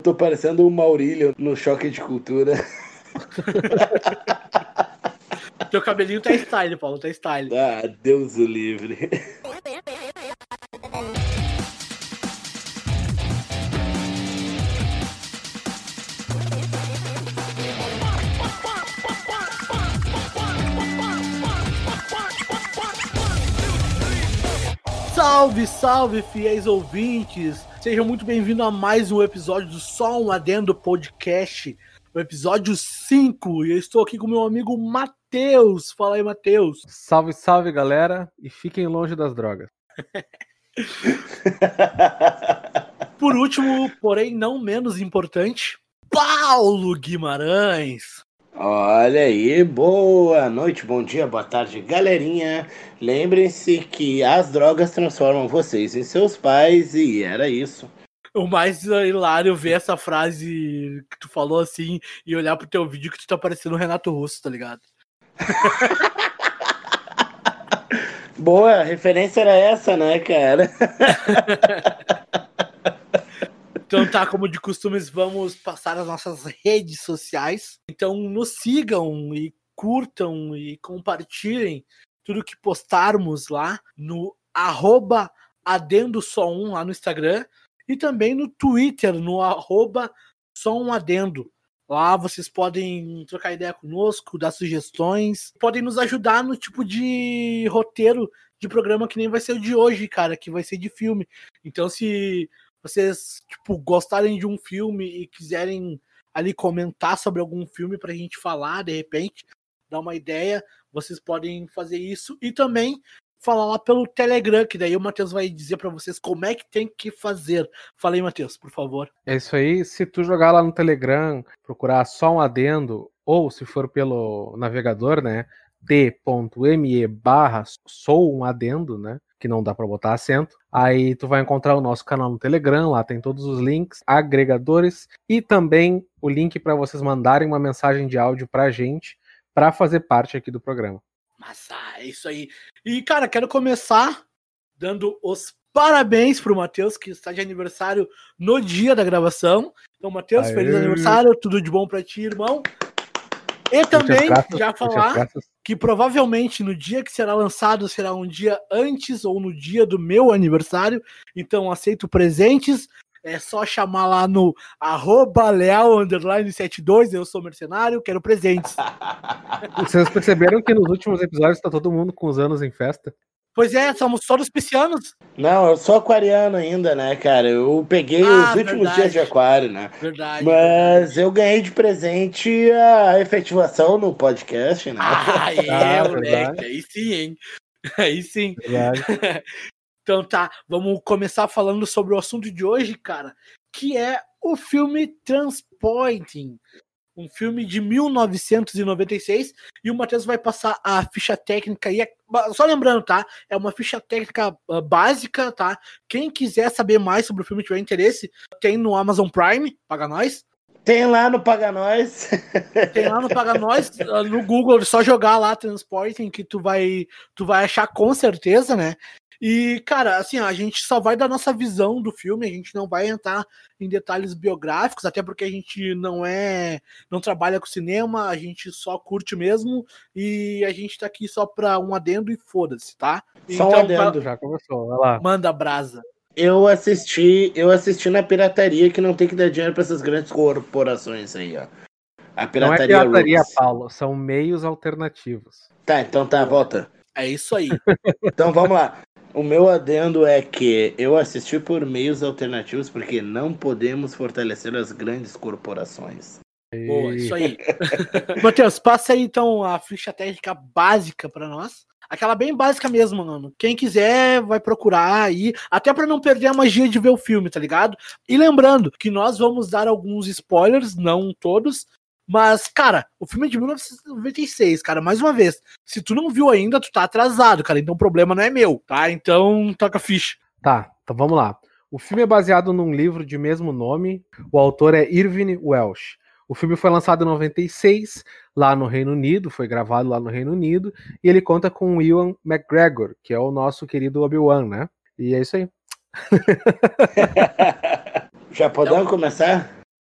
tô parecendo o Maurílio no Choque de Cultura. Teu cabelinho tá style, Paulo, tá style. Ah, Deus o livre. Salve, salve, fiéis ouvintes! Sejam muito bem-vindos a mais um episódio do Só um Adendo Podcast, o episódio 5. E eu estou aqui com meu amigo Matheus. Fala aí, Matheus. Salve, salve, galera, e fiquem longe das drogas. Por último, porém não menos importante, Paulo Guimarães. Olha aí, boa noite, bom dia, boa tarde, galerinha. Lembrem-se que as drogas transformam vocês em seus pais e era isso. O mais hilário ver essa frase que tu falou assim e olhar pro teu vídeo que tu tá parecendo o Renato Russo, tá ligado? Boa, a referência era essa, né, cara? Então tá, como de costumes, vamos passar as nossas redes sociais. Então nos sigam e curtam e compartilhem tudo que postarmos lá no @adendosó1 lá no Instagram e também no Twitter, no @somadendo. Lá vocês podem trocar ideia conosco, dar sugestões, podem nos ajudar no tipo de roteiro de programa que nem vai ser o de hoje, cara, que vai ser de filme. Então se vocês, tipo, gostarem de um filme e quiserem ali comentar sobre algum filme pra gente falar, de repente, dar uma ideia, vocês podem fazer isso. E também falar lá pelo Telegram, que daí o Matheus vai dizer pra vocês como é que tem que fazer. Fala aí, Matheus, por favor. É isso aí, se tu jogar lá no Telegram, procurar só um adendo, ou se for pelo navegador, né, t.me/sou um adendo, né, que não dá pra botar acento, aí tu vai encontrar o nosso canal no Telegram, lá tem todos os links, agregadores, e também o link para vocês mandarem uma mensagem de áudio pra gente, pra fazer parte aqui do programa. Mas é isso aí. E, cara, quero começar dando os parabéns pro Matheus, que está de aniversário no dia da gravação. Então, Matheus, feliz aniversário, tudo de bom pra ti, irmão. E também, já falar que provavelmente no dia que será lançado será um dia antes ou no dia do meu aniversário. Então, aceito presentes. É só chamar lá no @leal_72, eu sou mercenário, quero presentes. Vocês perceberam que nos últimos episódios tá todo mundo com os anos em festa? Pois é, somos todos piscianos. Não, eu sou aquariano ainda, né, cara? Eu peguei os últimos dias de aquário, né? Verdade. Mas eu ganhei de presente a efetivação no podcast, né? Moleque, aí sim, hein? Aí sim. Então tá, vamos começar falando sobre o assunto de hoje, cara, que é o filme Transporting. Um filme de 1996, e o Matheus vai passar a ficha técnica, e só lembrando, tá? É uma ficha técnica básica, tá? Quem quiser saber mais sobre o filme, tiver interesse, tem no Amazon Prime, paga nós. Tem lá no Paga Nós. Tem lá no Paga Nós, no Google, só jogar lá Transporting, que tu vai achar com certeza, né? E, cara, assim, a gente só vai dar nossa visão do filme, a gente não vai entrar em detalhes biográficos, até porque a gente não trabalha com cinema, a gente só curte mesmo, e a gente tá aqui só pra um adendo e foda-se, tá? Só então, um adendo, já começou, vai lá. Manda brasa. Eu assisti na pirataria, que não tem que dar dinheiro pra essas grandes corporações aí, ó. A pirataria não é pirataria, Roots. Paulo, são meios alternativos. Tá, então tá, volta. É isso aí. Então vamos lá. O meu adendo é que eu assisti por meios alternativos porque não podemos fortalecer as grandes corporações. Boa, isso aí. Matheus, passa aí então a ficha técnica básica pra nós. Aquela bem básica mesmo, mano. Quem quiser vai procurar aí, até pra não perder a magia de ver o filme, tá ligado? E lembrando que nós vamos dar alguns spoilers, não todos, mas, cara, o filme é de 1996, cara, mais uma vez, se tu não viu ainda, tu tá atrasado, cara, então o problema não é meu, tá? Então, toca a ficha. Tá, então vamos lá. O filme é baseado num livro de mesmo nome, o autor é Irving Welsh. O filme foi lançado em 96, lá no Reino Unido, foi gravado lá no Reino Unido, e ele conta com o Ewan McGregor, que é o nosso querido Obi-Wan, né? E é isso aí. Já podemos começar?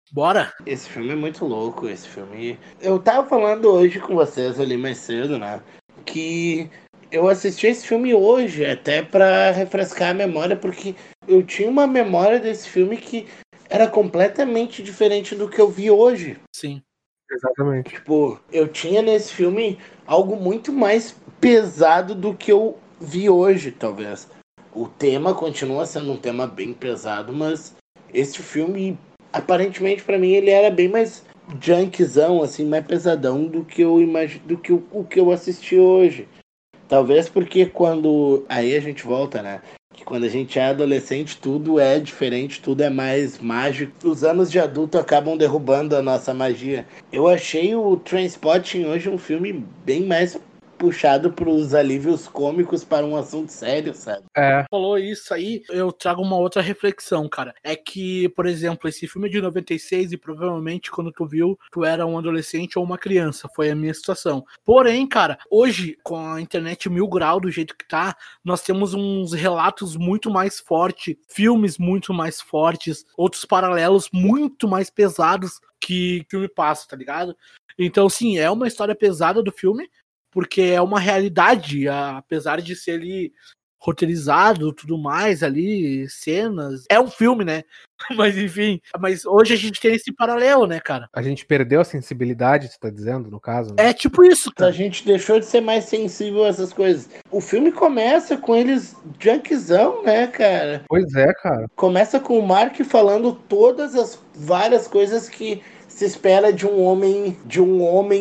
Bora? Esse filme é muito louco, esse filme... Eu tava falando hoje com vocês ali mais cedo, né? Que eu assisti esse filme hoje, até pra refrescar a memória, porque eu tinha uma memória desse filme que era completamente diferente do que eu vi hoje. Sim. Exatamente. Tipo, eu tinha nesse filme algo muito mais pesado do que eu vi hoje, talvez. O tema continua sendo um tema bem pesado, mas esse filme, aparentemente pra mim, ele era bem mais junkzão, assim, mais pesadão do que eu do que o que eu assisti hoje. Talvez porque quando... Aí a gente volta, né? Que quando a gente é adolescente, tudo é diferente, tudo é mais mágico. Os anos de adulto acabam derrubando a nossa magia. Eu achei o Trainspotting hoje um filme bem mais puxado para os alívios cômicos para um assunto sério, sabe? Falou isso aí, eu trago uma outra reflexão, cara. É que, por exemplo, esse filme é de 96 e provavelmente quando tu viu, tu era um adolescente ou uma criança. Foi a minha situação. Porém, cara, hoje, com a internet 1000 grau do jeito que tá, nós temos uns relatos muito mais fortes, filmes muito mais fortes, outros paralelos muito mais pesados que o filme passa, tá ligado? Então, sim, é uma história pesada do filme, porque é uma realidade, apesar de ser ali roteirizado, tudo mais ali, cenas. É um filme, né? Mas enfim, mas hoje a gente tem esse paralelo, né, cara? A gente perdeu a sensibilidade, você tá dizendo, no caso? Né? É tipo isso, A cara. gente deixou de ser mais sensível a essas coisas. O filme começa com eles junkzão, né, cara? Pois é, cara. Começa com o Mark falando todas as várias coisas que se espera de um homem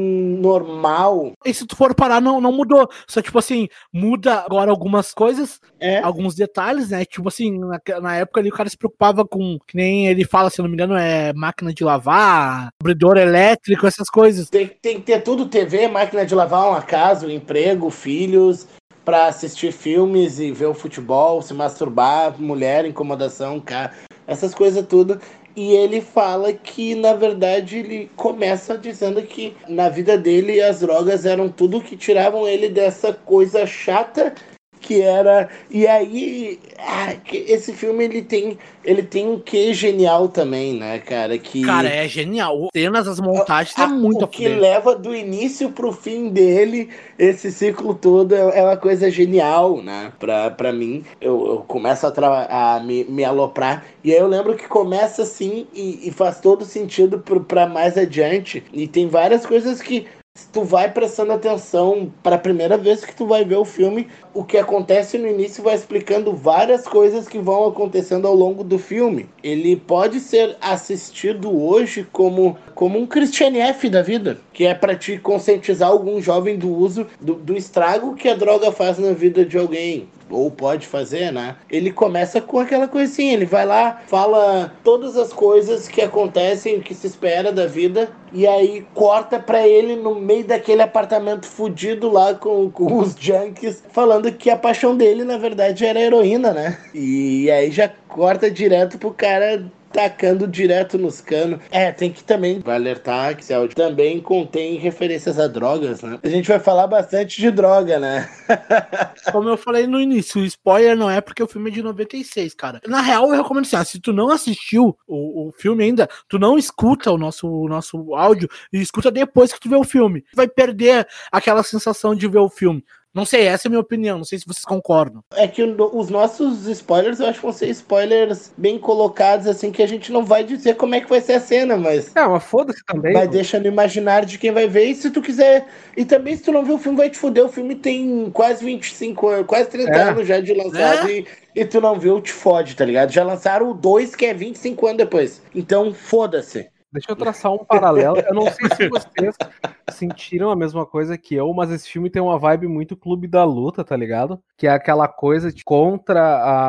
normal. E se tu for parar, não mudou. Só, tipo assim, muda agora algumas coisas, alguns detalhes, né? Tipo assim, na época ali o cara se preocupava com, que nem ele fala, se não me engano, é máquina de lavar, abridor elétrico, essas coisas. Tem que ter tudo, TV, máquina de lavar, uma casa, um emprego, filhos, pra assistir filmes e ver o futebol, se masturbar, mulher, incomodação, cara, essas coisas tudo. E ele fala que, na verdade, ele começa dizendo que na vida dele as drogas eram tudo que tiravam ele dessa coisa chata que era... E aí, esse filme ele tem um quê genial também, né, cara? Que... Cara, é genial. As cenas, as montagens é muito o que leva do início pro fim dele, esse ciclo todo é uma coisa genial, né? Pra mim, eu começo a me aloprar. E aí eu lembro que começa assim e faz todo sentido pra mais adiante. E tem várias coisas que tu vai prestando atenção para a primeira vez que tu vai ver o filme, o que acontece no início vai explicando várias coisas que vão acontecendo ao longo do filme. Ele pode ser assistido hoje como um Christian F. da vida, que é para te conscientizar algum jovem do uso do estrago que a droga faz na vida de alguém. Ou pode fazer, né? Ele começa com aquela coisinha, ele vai lá, fala todas as coisas que acontecem, o que se espera da vida, e aí corta pra ele no meio daquele apartamento fudido lá com os junkies, falando que a paixão dele, na verdade, era heroína, né? E aí já corta direto pro cara tacando direto nos canos. Tem que também alertar que esse áudio também contém referências a drogas, né? A gente vai falar bastante de droga, né? Como eu falei no início, o spoiler não é porque o filme é de 96, cara. Na real, eu recomendo assim, se tu não assistiu o filme ainda, tu não escuta o nosso áudio e escuta depois que tu vê o filme. Tu vai perder aquela sensação de ver o filme. Não sei, essa é a minha opinião, não sei se vocês concordam. É que os nossos spoilers, eu acho que vão ser spoilers bem colocados, assim, que a gente não vai dizer como é que vai ser a cena, mas... mas foda-se também. Vai deixando no imaginário de quem vai ver, e se tu quiser... E também, se tu não viu o filme, vai te fuder. O filme tem quase 25 anos, quase 30 anos já de lançado, e tu não viu, te fode, tá ligado? Já lançaram o 2, que é 25 anos depois. Então, foda-se. Deixa eu traçar um paralelo. Eu não sei se vocês sentiram a mesma coisa que eu, mas esse filme tem uma vibe muito Clube da Luta, tá ligado? Que é aquela coisa de contra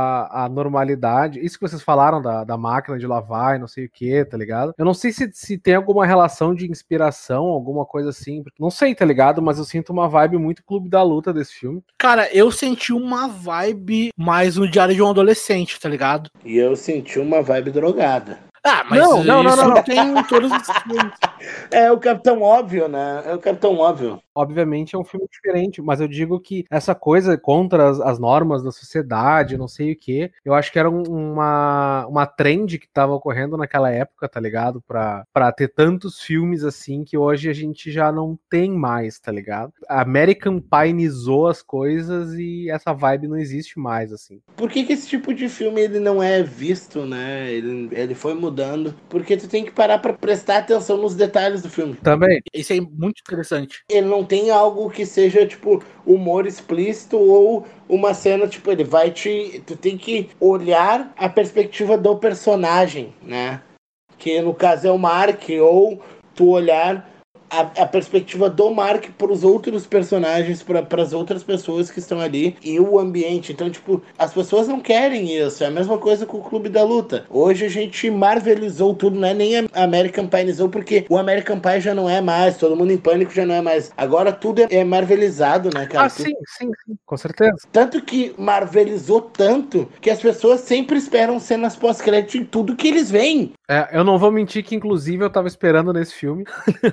a normalidade. Isso que vocês falaram da máquina de lavar e não sei o que, tá ligado? Eu não sei se tem alguma relação de inspiração, alguma coisa assim. Não sei, tá ligado? Mas eu sinto uma vibe muito Clube da Luta desse filme. Cara, eu senti uma vibe mais no Diário de um Adolescente, tá ligado? E eu senti uma vibe drogada. Mas não tem em todos os filmes. É o Capitão Óbvio, né? É o Capitão Óbvio. obviamente é um filme diferente, mas eu digo que essa coisa contra as normas da sociedade, não sei o que, eu acho que era uma trend que tava ocorrendo naquela época, tá ligado? Pra ter tantos filmes assim que hoje a gente já não tem mais, tá ligado? A American Pie-nizou as coisas e essa vibe não existe mais, assim. Por que esse tipo de filme ele não é visto, né? Ele foi mudando. Porque tu tem que parar pra prestar atenção nos detalhes do filme. Também. Isso é muito interessante. Ele não tem algo que seja, tipo, humor explícito ou uma cena, tipo, ele vai te... Tu tem que olhar a perspectiva do personagem, né? Que no caso é o Mark, ou tu olhar a perspectiva do Mark para os outros personagens, para as outras pessoas que estão ali e o ambiente. Então, tipo, as pessoas não querem isso. É a mesma coisa com o Clube da Luta. Hoje a gente marvelizou tudo, não é nem a American Pie-nizou, porque o American Pie já não é mais, Todo Mundo em Pânico já não é mais. Agora tudo é marvelizado, né, cara? Sim, com certeza. Tanto que marvelizou tanto que as pessoas sempre esperam cenas pós-crédito em tudo que eles veem. Eu não vou mentir que, inclusive, eu tava esperando nesse filme.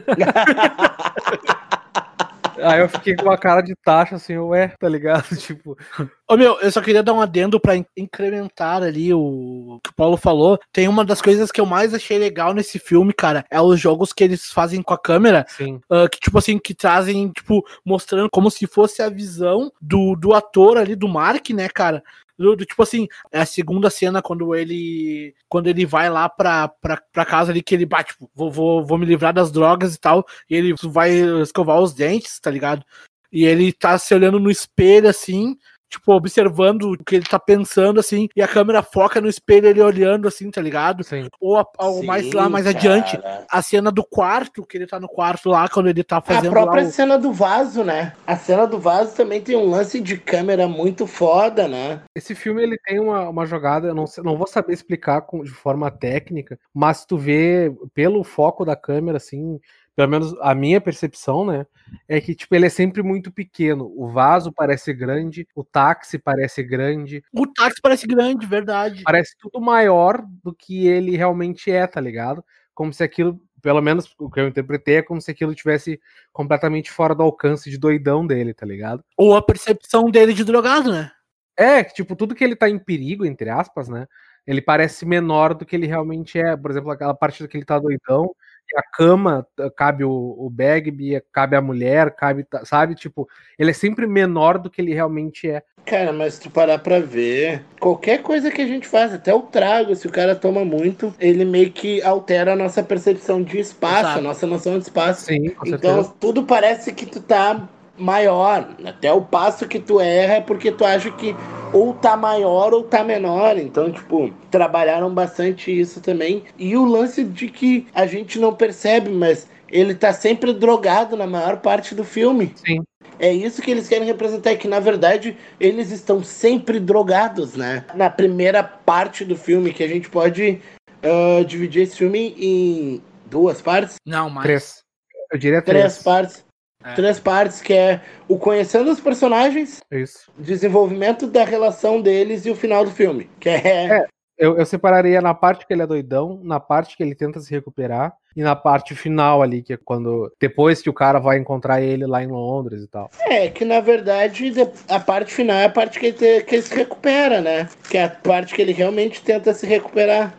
Aí eu fiquei com uma cara de taxa, assim, tá ligado? Tipo... Ô meu, eu só queria dar um adendo pra incrementar ali o que o Paulo falou. Tem uma das coisas que eu mais achei legal nesse filme, cara, é os jogos que eles fazem com a câmera. Sim. Que tipo assim, que trazem, tipo, mostrando como se fosse a visão do ator ali, do Mark, né, cara? Tipo assim, é a segunda cena quando ele vai lá pra casa ali, que ele bate, tipo, vou me livrar das drogas e tal, e ele vai escovar os dentes, tá ligado? E ele tá se olhando no espelho, assim, tipo, observando o que ele tá pensando, assim, e a câmera foca no espelho, ele olhando, assim, tá ligado? Sim. Ou Sim, mais lá, mais adiante, a cena do quarto, que ele tá no quarto lá, quando ele tá fazendo a própria lá cena do vaso, né? A cena do vaso também tem um lance de câmera muito foda, né? Esse filme, ele tem uma jogada, eu não vou saber explicar de forma técnica, mas tu vê pelo foco da câmera, assim, pelo menos a minha percepção, né, é que, tipo, ele é sempre muito pequeno. O vaso parece grande, o táxi parece grande. O táxi parece grande, verdade. Parece tudo maior do que ele realmente é, tá ligado? Como se aquilo, pelo menos o que eu interpretei, é como se aquilo tivesse completamente fora do alcance de doidão dele, tá ligado? Ou a percepção dele de drogado, né? Tipo, tudo que ele tá em perigo, entre aspas, né? Ele parece menor do que ele realmente é. Por exemplo, aquela parte que ele tá doidão, e a cama cabe o Bagby, cabe a mulher, sabe? Tipo, ele é sempre menor do que ele realmente é. Cara, mas se tu parar pra ver, qualquer coisa que a gente faz, até o trago, se o cara toma muito, ele meio que altera a nossa percepção de espaço, Exato. a nossa noção de espaço. Sim, com então, certeza. tudo parece que tu tá maior. Até o passo que tu erra é porque tu acha que ou tá maior ou tá menor. Então, tipo, trabalharam bastante isso também. E o lance de que a gente não percebe, mas ele tá sempre drogado na maior parte do filme. Sim. É isso que eles querem representar, que na verdade eles estão sempre drogados, né? Na primeira parte do filme, que a gente pode dividir esse filme em duas partes. Não, mais. 3. Eu diria 3 3. partes. 3 partes, que é o conhecendo os personagens, Isso. desenvolvimento da relação deles e o final do filme. Que eu separaria na parte que ele é doidão, na parte que ele tenta se recuperar e na parte final ali, que é quando depois que o cara vai encontrar ele lá em Londres e tal. Que na verdade a parte final é a parte que ele se recupera, né? Que é a parte que ele realmente tenta se recuperar.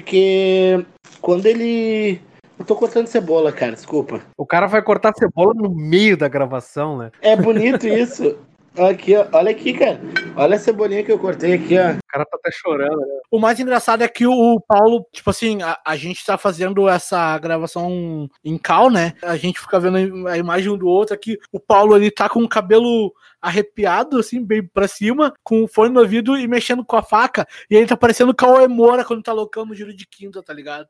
Porque quando ele... Eu tô cortando cebola, cara, desculpa. O cara vai cortar cebola no meio da gravação, né? É bonito isso. Aqui, ó. Olha aqui, cara. Olha a cebolinha que eu cortei aqui, ó. O cara tá até chorando, né? O mais engraçado é que o Paulo, tipo assim, a gente tá fazendo essa gravação em call, né? A gente fica vendo a imagem um do outro aqui. O Paulo, ele tá com o cabelo arrepiado, assim, bem pra cima, com o fone no ouvido e mexendo com a faca. E ele tá parecendo o Cauê Moura quando tá loucão no Giro de Quinta, tá ligado?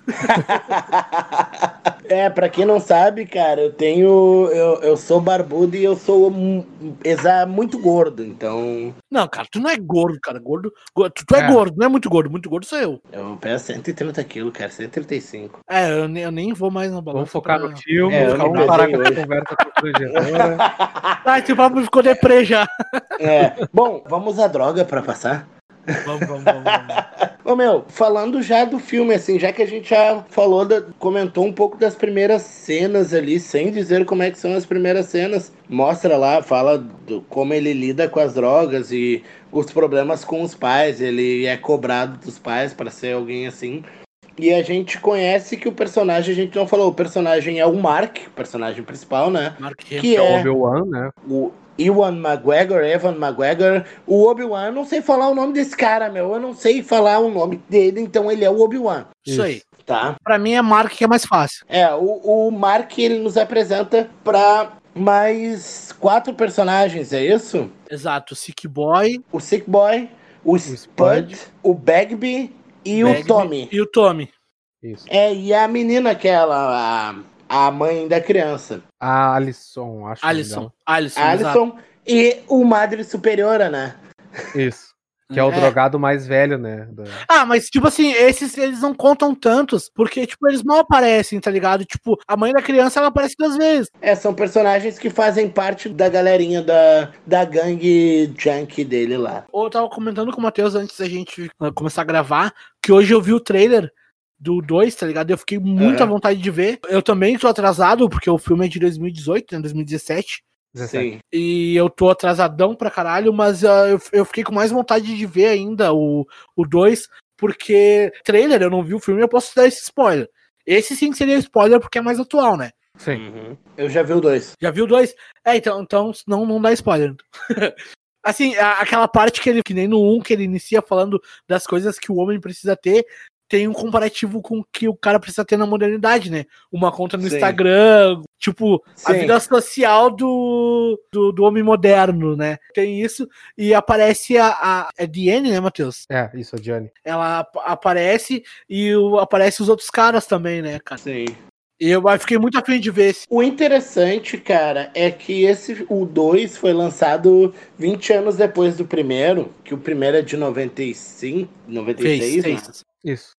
Pra quem não sabe, cara, eu sou barbudo e eu sou muito gordo, então... Não, cara, tu não é gordo, cara, gordo tu é gordo, não é muito gordo sou eu. Eu peso 130 quilos, cara, 135. Eu nem vou mais na balança. Vamos focar no filme, vamos parar com a conversa com a projetora. Esse papo ficou deprê já. Bom, vamos usar droga pra passar? Vamos. Ô meu, falando já do filme, assim, já que a gente já falou, comentou um pouco das primeiras cenas ali, sem dizer como é que são as primeiras cenas, mostra lá, fala como ele lida com as drogas e os problemas com os pais, ele é cobrado dos pais pra ser alguém assim. E a gente conhece que o personagem, a gente não falou, o personagem é o Mark, o personagem principal, né? Mark Que é o é Obi-Wan, né? o Ewan McGregor. O Obi-Wan, eu não sei falar o nome desse cara, meu. Eu não sei falar o nome dele, então ele é o Obi-Wan. Isso aí. Tá? Pra mim é Mark que é mais fácil. O Mark, ele nos apresenta pra mais 4 personagens, é isso? Exato. O Sick Boy, O Sick Boy, o Spud, o Bagby e o Tommy. E o Tommy. Isso. E a menina que é a mãe da criança. A Alison, acho. Alison, e o Madre Superiora, né? Isso. Que é o drogado mais velho, né? Mas, tipo assim, esses eles não contam tantos, porque, tipo, eles mal aparecem, tá ligado? Tipo, a mãe da criança, ela aparece 2 vezes. São personagens que fazem parte da galerinha da gangue junkie dele lá. Eu tava comentando com o Matheus antes da gente começar a gravar, que hoje eu vi o trailer do 2, tá ligado? Eu fiquei muito à vontade de ver. Eu também tô atrasado, porque o filme é de 2018, né? 2017. Sim. E eu tô atrasadão pra caralho, mas eu fiquei com mais vontade de ver ainda o 2, porque trailer, eu não vi o filme, eu posso dar esse spoiler. Esse sim seria spoiler porque é mais atual, né? Sim. Uhum. Eu já vi o 2. Já viu o 2? Então não dá spoiler. Assim, aquela parte que nem no 1, que ele inicia falando das coisas que o homem precisa ter, tem um comparativo com o que o cara precisa ter na modernidade, né? Uma conta no Instagram, tipo, a vida social do homem moderno, né? Tem isso, e aparece é Diane, né, Matheus? Isso, a Diane. Ela aparece e aparece os outros caras também, né, cara? Sim. E eu fiquei muito afim de ver esse. O interessante, cara, é que o 2 foi lançado 20 anos depois do primeiro, que o primeiro é de 96, né? Isso.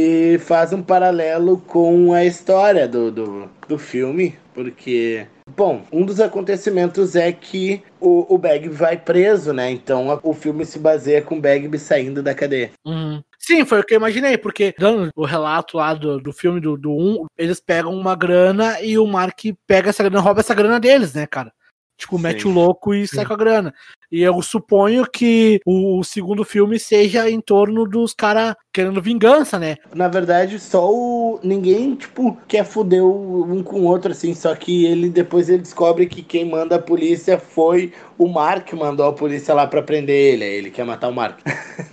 E faz um paralelo com a história do filme, porque, bom, um dos acontecimentos é que o Bagby vai preso, né? Então o filme se baseia com o Bagby saindo da cadeia. Uhum. Sim, foi o que eu imaginei, porque dando o relato lá do filme do 1, eles pegam uma grana e o Mark pega essa grana, rouba essa grana deles, né, cara? Tipo, mete o louco e sai com a grana. E eu suponho que o segundo filme seja em torno dos caras querendo vingança, né? Na verdade, ninguém, tipo, quer foder um com o outro, assim. Só que depois ele descobre que quem manda a polícia foi o Mark, mandou a polícia lá pra prender ele. Aí ele quer matar o Mark.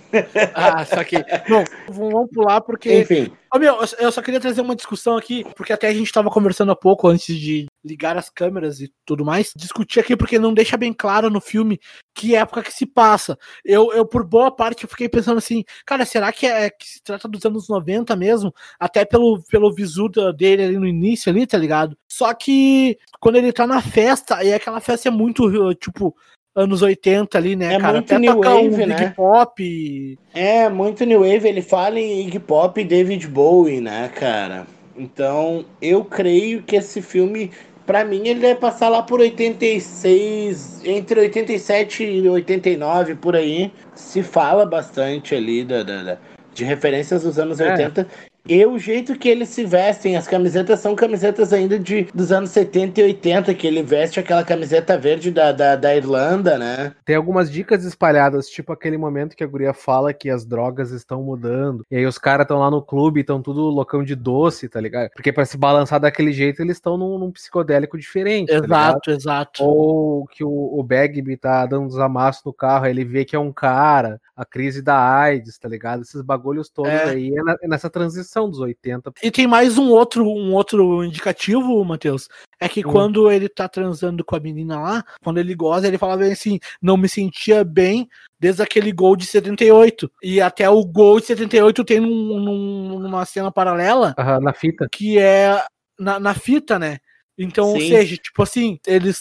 Só que... Bom, vamos pular porque... Enfim. Eu só queria trazer uma discussão aqui, porque até a gente tava conversando há pouco, antes de ligar as câmeras e tudo mais, discutir aqui porque não deixa bem claro no filme que época que se passa. Eu por boa parte, eu fiquei pensando assim, cara, será que se trata dos anos 90 mesmo? Até pelo visu dele ali no início, ali, tá ligado? Só que quando ele tá na festa, e aquela festa é muito, tipo... anos 80 ali, né, cara? Muito até New Wave, Iggy né? Pop. Muito New Wave. Ele fala em Iggy Pop e David Bowie, né, cara? Então, eu creio que esse filme, pra mim, ele deve passar lá por 86, entre 87 e 89, por aí. Se fala bastante ali de referências dos anos 80. E o jeito que eles se vestem, as camisetas são camisetas ainda dos anos 70 e 80, que ele veste aquela camiseta verde da Irlanda, né? Tem algumas dicas espalhadas, tipo aquele momento que a guria fala que as drogas estão mudando, e aí os caras estão lá no clube, estão tudo loucão de doce, tá ligado? Porque pra se balançar daquele jeito, eles estão num psicodélico diferente, Exato, exato. Ou que o Bagby tá dando uns amassos no carro, aí ele vê que é um cara, a crise da AIDS, tá ligado? Esses bagulhos todos aí é nessa transição dos 80. E tem mais um outro indicativo, Matheus, é que quando ele tá transando com a menina lá, quando ele goza, ele fala bem assim, não me sentia bem desde aquele gol de 78. E até o gol de 78 tem numa cena paralela. Na fita. Que é na fita, né? Então, ou seja, tipo assim,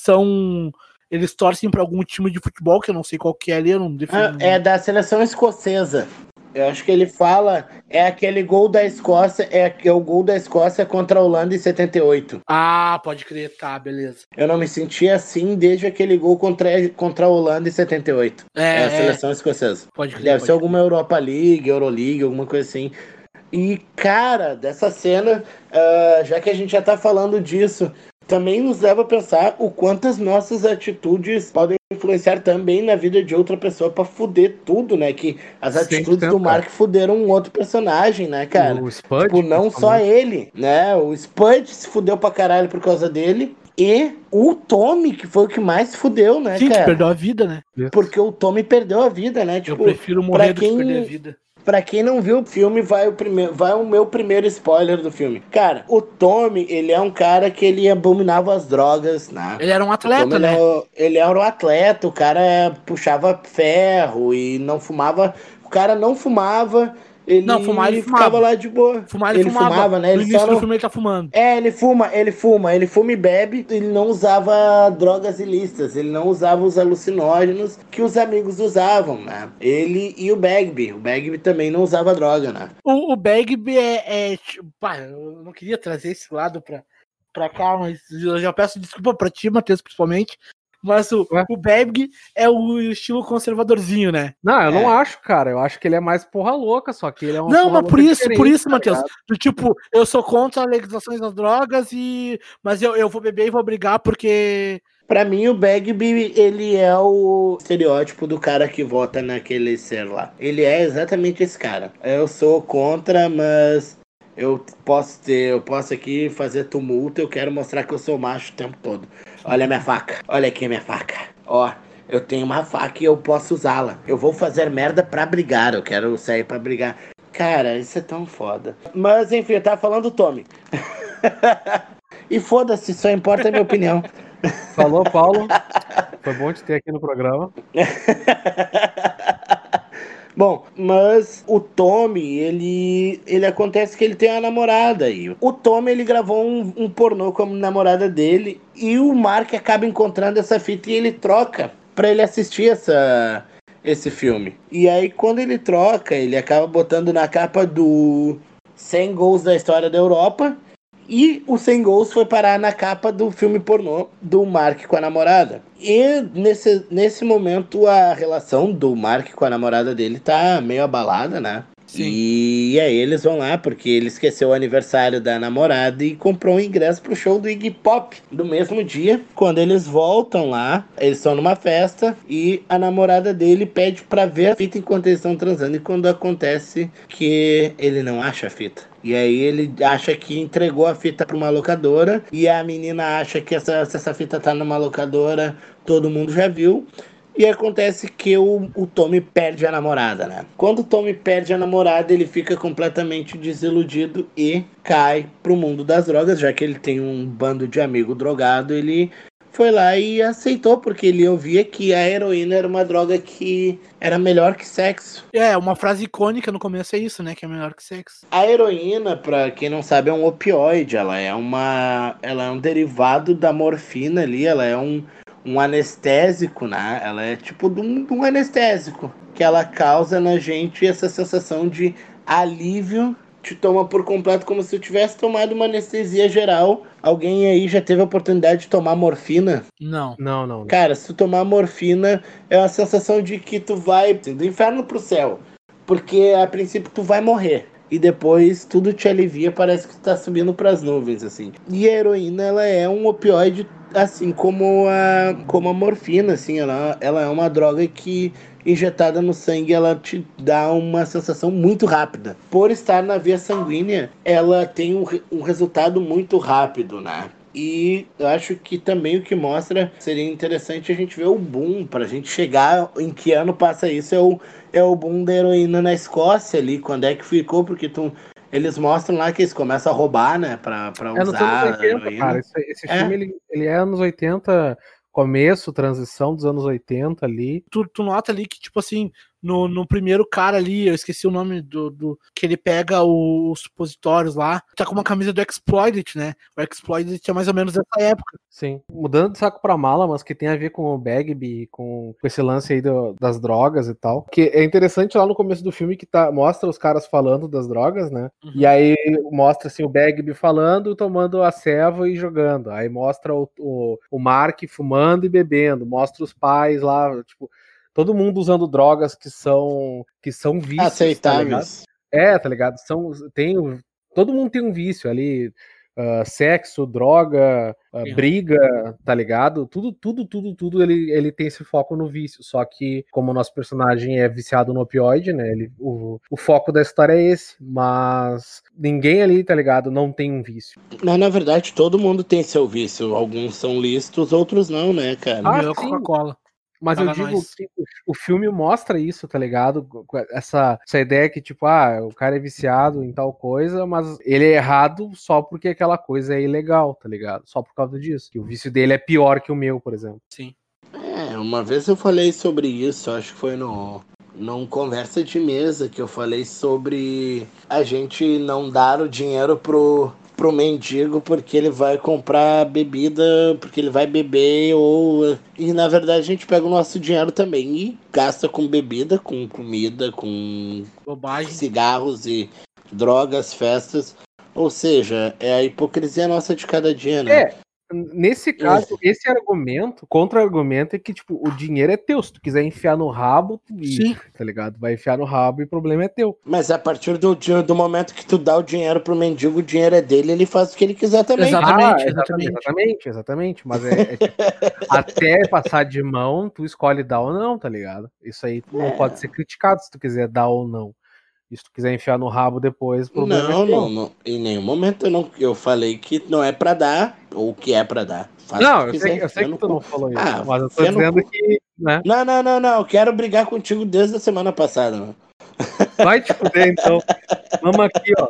eles torcem pra algum time de futebol, que eu não sei qual que é ali, eu não defino. É da seleção escocesa. Eu acho que ele fala, é aquele gol da Escócia, é o gol da Escócia contra a Holanda em 78. Ah, pode crer, tá, beleza. Eu não me senti assim desde aquele gol contra a Holanda em 78. É a seleção escocesa. Pode crer. Deve ser alguma Europa League, Euroleague, alguma coisa assim. E, cara, dessa cena, já que a gente já tá falando disso, também nos leva a pensar o quanto as nossas atitudes podem influenciar também na vida de outra pessoa pra fuder tudo, né? Que as atitudes do Mark fuderam um outro personagem, né, cara? O Spud, tipo, não só ele, né? O Spud se fudeu pra caralho por causa dele. E o Tommy, que foi o que mais se fudeu, né, Sim, cara? que perdeu a vida, né? Porque o Tommy perdeu a vida, né? Tipo, eu prefiro morrer do que perder a vida. Pra quem não viu o filme, vai o meu primeiro spoiler do filme. Cara, o Tommy, ele é um cara que ele abominava as drogas, né? Ele era um atleta, Tommy, né? Ele era um atleta, o cara puxava ferro e não fumava. O cara não fumava, ele ficava lá de boa. Ele fumava, né? No início do filme ele tá fumando. Ele fuma e bebe. Ele não usava drogas ilícitas, ele não usava os alucinógenos que os amigos usavam, né? Ele e o Bagby. O Bagby também não usava droga, né? O Bagby pá, eu não queria trazer esse lado pra cá, mas eu já peço desculpa pra ti, Matheus, principalmente. Mas o Bagby é o estilo conservadorzinho, né? Não, eu não acho, cara. Eu acho que ele é mais porra louca, só que ele é uma Não, mas por isso, tá Matheus. Tipo, eu sou contra a legalização das drogas, mas eu vou beber e vou brigar porque... Pra mim, o Bagby, ele é o estereótipo do cara que vota naquele ser lá. Ele é exatamente esse cara. Eu sou contra, mas eu posso aqui fazer tumulto, eu quero mostrar que eu sou macho o tempo todo. Olha a minha faca. Olha aqui a minha faca. Ó, eu tenho uma faca e eu posso usá-la. Eu vou fazer merda pra brigar. Eu quero sair pra brigar. Cara, isso é tão foda. Mas, enfim, eu tava falando do Tommy. E foda-se, só importa a minha opinião. Falou, Paulo. Foi bom te ter aqui no programa. Bom, mas o Tommy, ele acontece que ele tem uma namorada aí. O Tommy, ele gravou um pornô com a namorada dele e o Mark acaba encontrando essa fita e ele troca pra ele assistir esse filme. E aí, quando ele troca, ele acaba botando na capa do 100 gols da história da Europa. E o 100 gols foi parar na capa do filme pornô do Mark com a namorada. E nesse momento a relação do Mark com a namorada dele tá meio abalada, né? Sim. E aí eles vão lá porque ele esqueceu o aniversário da namorada e comprou um ingresso pro show do Iggy Pop do mesmo dia. Quando eles voltam lá, eles estão numa festa e a namorada dele pede pra ver a fita enquanto eles estão transando. E quando acontece que ele não acha a fita. E aí ele acha que entregou a fita pra uma locadora e a menina acha que se essa fita tá numa locadora, todo mundo já viu. E acontece que o Tommy perde a namorada, né? Quando o Tommy perde a namorada, ele fica completamente desiludido e cai pro mundo das drogas, já que ele tem um bando de amigo drogado, ele foi lá e aceitou, porque ele ouvia que a heroína era uma droga que era melhor que sexo. Uma frase icônica no começo é isso, né? Que é melhor que sexo. A heroína, pra quem não sabe, é um opioide. Ela é um derivado da morfina ali, ela é um anestésico, né? Ela é tipo de um anestésico, que ela causa na gente essa sensação de alívio, te toma por completo como se eu tivesse tomado uma anestesia geral. Alguém aí já teve a oportunidade de tomar morfina? Não. Cara, se tu tomar morfina, é uma sensação de que tu vai do inferno pro céu, porque a princípio tu vai morrer. E depois tudo te alivia, parece que tu tá subindo pras nuvens, assim. E a heroína, ela é um opioide, assim como a morfina, assim. Ela é uma droga que, injetada no sangue, ela te dá uma sensação muito rápida. Por estar na via sanguínea, ela tem um resultado muito rápido, né? E eu acho que também o que mostra, seria interessante a gente ver o boom, pra gente chegar em que ano passa isso, é o boom da heroína na Escócia ali, quando é que ficou, porque eles mostram lá que eles começam a roubar, né, pra usar nos anos 80, a heroína. Cara, esse filme, ele é anos 80, começo, transição dos anos 80 ali. Tu nota ali que, tipo assim, no primeiro cara ali, eu esqueci o nome do que ele pega os supositórios lá, tá com uma camisa do Exploited, né? O Exploited é mais ou menos dessa época. Sim. Mudando de saco pra mala, mas que tem a ver com o Bagby, com esse lance aí das drogas e tal. Que é interessante lá no começo do filme que mostra os caras falando das drogas, né? Uhum. E aí mostra assim o Bagby falando, tomando a ceva e jogando. Aí mostra o Mark fumando e bebendo. Mostra os pais lá, tipo, todo mundo usando drogas que são vícios. Aceitáveis. Tá ligado? Todo mundo tem um vício ali. Sexo, droga, briga, tá ligado? Tudo ele tem esse foco no vício. Só que, como o nosso personagem é viciado no opioide, né? O foco da história é esse. Mas ninguém ali, tá ligado? Não tem um vício. Mas na verdade todo mundo tem seu vício. Alguns são lícitos, outros não, né, cara? O meu é Coca-Cola. Mas eu digo que o filme mostra isso, tá ligado? Essa ideia que, tipo, o cara é viciado em tal coisa, mas ele é errado só porque aquela coisa é ilegal, tá ligado? Só por causa disso. Que o vício dele é pior que o meu, por exemplo. Sim. Uma vez eu falei sobre isso, acho que foi num conversa de mesa que eu falei sobre a gente não dar o dinheiro pro mendigo porque ele vai comprar bebida, porque ele vai beber, e na verdade a gente pega o nosso dinheiro também e gasta com bebida, com comida, com bobagem, cigarros e drogas, festas. Ou seja, é a hipocrisia nossa de cada dia, né? Nesse caso, esse contra-argumento é que, tipo, o dinheiro é teu. Se tu quiser enfiar no rabo, tá ligado? Vai enfiar no rabo e o problema é teu. Mas a partir do momento que tu dá o dinheiro pro mendigo, o dinheiro é dele, ele faz o que ele quiser também. Exatamente. Mas até passar de mão, tu escolhe dar ou não, tá ligado? Isso aí não pode ser criticado se tu quiser dar ou não. E se tu quiser enfiar no rabo depois, o problema é teu. Não. Em nenhum momento eu falei que não é pra dar, ou que é pra dar. Eu sei que tu não falou isso, mas eu tô dizendo que... Né? Não, eu quero brigar contigo desde a semana passada. Mano. Vai te fuder, então. Vamos aqui, ó.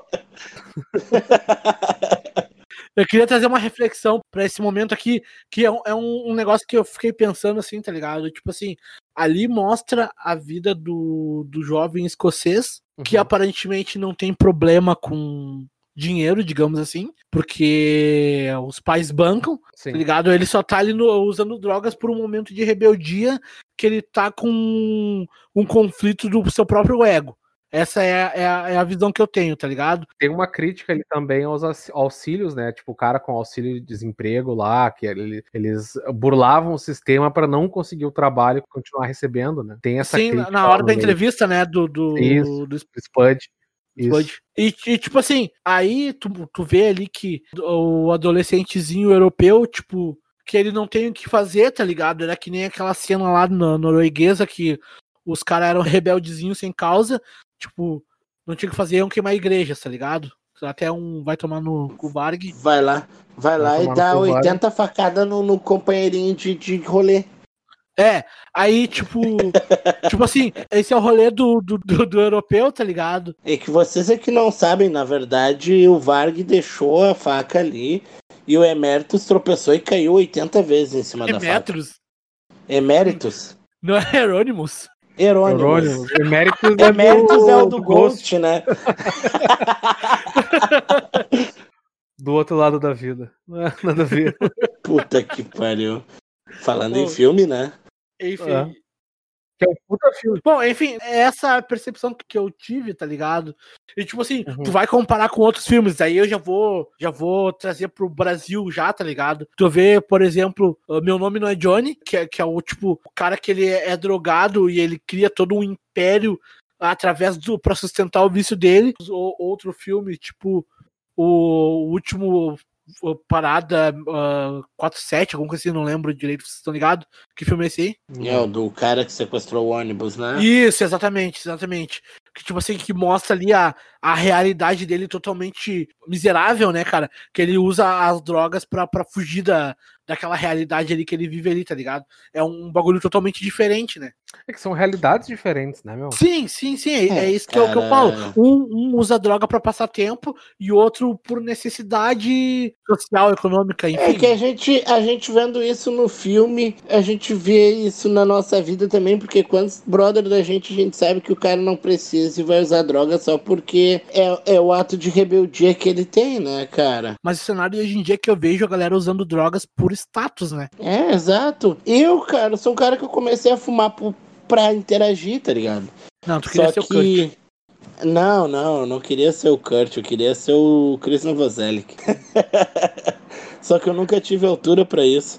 Eu queria trazer uma reflexão pra esse momento aqui, que é um negócio que eu fiquei pensando assim, tá ligado? Tipo assim, ali mostra a vida do jovem escocês, que aparentemente não tem problema com dinheiro, digamos assim, porque os pais bancam, tá ligado? Ele só tá ali usando drogas por um momento de rebeldia, que ele tá com um conflito do seu próprio ego. Essa é a visão que eu tenho, tá ligado? Tem uma crítica ali também aos auxílios, né? Tipo, o cara com auxílio de desemprego lá, que eles burlavam o sistema para não conseguir o trabalho e continuar recebendo, né? Tem essa crítica. Na hora da entrevista, né? Do Spud. Isso. E tipo assim, aí tu vê ali que o adolescentezinho europeu, tipo, que ele não tem o que fazer, tá ligado? Era que nem aquela cena lá na norueguesa que os caras eram rebeldezinhos sem causa, tipo, não tinha o que fazer, iam queimar a igreja, tá ligado? Até vai tomar no cu Varg. Vai lá e dá 80 facadas no companheirinho de rolê. Aí, tipo assim, esse é o rolê do europeu, tá ligado? É que vocês é que não sabem, na verdade, o Varg deixou a faca ali e o Emeritus tropeçou e caiu 80 vezes em cima da faca. Emeritus? Não é Hieronymus? Hieronymus. Emeritus é o do Ghost, né? Do outro lado da vida. Não é nada a ver. Puta que pariu. Falando em filme, né? Enfim. Que é um puta filme. Bom, enfim, é essa percepção que eu tive, tá ligado? E tipo assim, tu vai comparar com outros filmes, aí eu já vou trazer pro Brasil já, tá ligado? Tu vê, por exemplo, Meu Nome Não é Johnny, que é o tipo, o cara que ele é drogado e ele cria todo um império através pra sustentar o vício dele. Outro filme, tipo, o último Parada 47, alguma coisa assim, não lembro direito, vocês estão ligados? Que filme é esse aí? É o do cara que sequestrou o ônibus, né? Isso, exatamente. que tipo assim, que mostra ali a realidade dele totalmente miserável, né, cara? Que ele usa as drogas pra fugir daquela realidade ali que ele vive ali, tá ligado? É um bagulho totalmente diferente, né? É que são realidades diferentes, né, meu? Sim. É isso que eu falo. Um usa droga pra passar tempo e outro por necessidade social, econômica, enfim. É que a gente vendo isso no filme, a gente vê isso na nossa vida também, porque quantos brother da gente, a gente sabe que o cara não precisa e vai usar droga só porque é o ato de rebeldia que ele tem, né, cara? Mas o cenário hoje em dia que eu vejo a galera usando drogas por status, né? É, exato. Eu, cara, sou um cara que eu comecei a fumar pra interagir, tá ligado? Não, tu queria Só ser o que... Kurt. Não queria ser o Kurt, eu queria ser o Chris Novoselic. Só que eu nunca tive altura pra isso.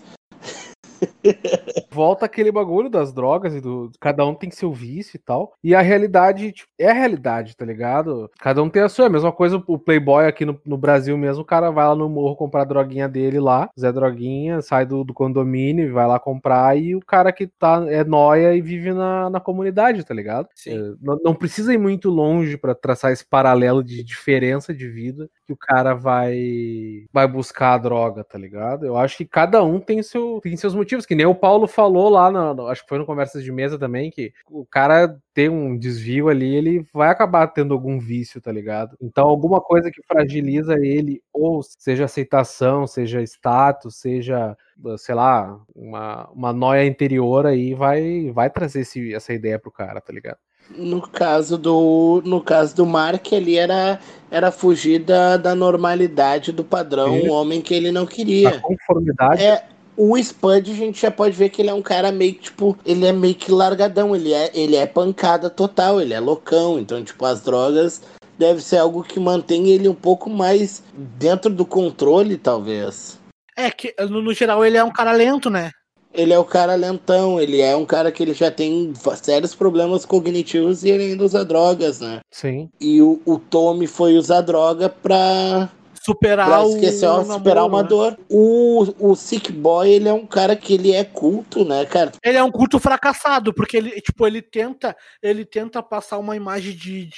Volta aquele bagulho das drogas e cada um tem seu vício e tal. E a realidade, tipo, é a realidade, tá ligado? Cada um tem a sua. É a mesma coisa o Playboy aqui no Brasil mesmo, o cara vai lá no morro comprar a droguinha dele lá, Zé Droguinha, sai do condomínio, vai lá comprar, e o cara que é nóia e vive na comunidade, tá ligado? Não precisa ir muito longe pra traçar esse paralelo de diferença de vida que o cara vai buscar a droga, tá ligado? Eu acho que cada um tem seus motivos, que nem o Paulo falou lá, acho que foi no Conversas de Mesa também, que o cara tem um desvio ali, ele vai acabar tendo algum vício, tá ligado? Então alguma coisa que fragiliza ele, ou seja aceitação, seja status, seja, sei lá, uma noia interior aí, vai trazer essa ideia pro cara, tá ligado? No caso do Mark, ali era fugir da normalidade do padrão, o homem que ele não queria. A conformidade. O Spud, a gente já pode ver que ele é um cara meio que, tipo, ele é meio que largadão, ele é pancada total, ele é loucão, então, tipo, as drogas deve ser algo que mantém ele um pouco mais dentro do controle, talvez. É que, no geral, ele é um cara lento, né? Ele é o cara lentão, ele é um cara que ele já tem sérios problemas cognitivos e ele ainda usa drogas, né? Sim. E o Tommy foi usar droga pra superar uma dor. O Sick Boy, ele é um cara que ele é culto, né, cara? Ele é um culto fracassado, porque ele tenta passar uma imagem de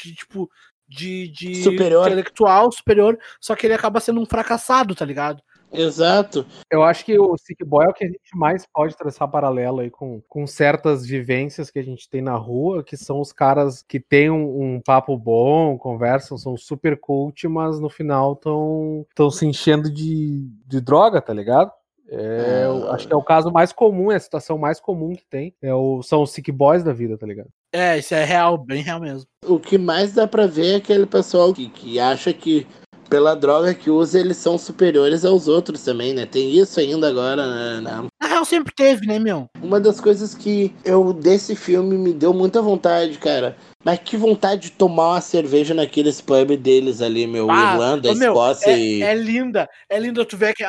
superior, intelectual superior, só que ele acaba sendo um fracassado, tá ligado? Exato. Eu acho que o Sick Boy é o que a gente mais pode traçar paralelo aí com certas vivências que a gente tem na rua, que são os caras que têm um papo bom, conversam, são super cult, mas no final estão se enchendo de droga, tá ligado? Eu acho que é o caso mais comum, é a situação mais comum que tem. São os Sick Boys da vida, tá ligado? Isso é real, bem real mesmo. O que mais dá pra ver é aquele pessoal que acha que pela droga que usa, eles são superiores aos outros também, né? Tem isso ainda agora, né? Na real, sempre teve, né, meu? Uma das coisas que desse filme me deu muita vontade, cara. Mas que vontade de tomar uma cerveja naqueles pub deles ali, Irlanda, Escócia e... É linda. É linda tu ver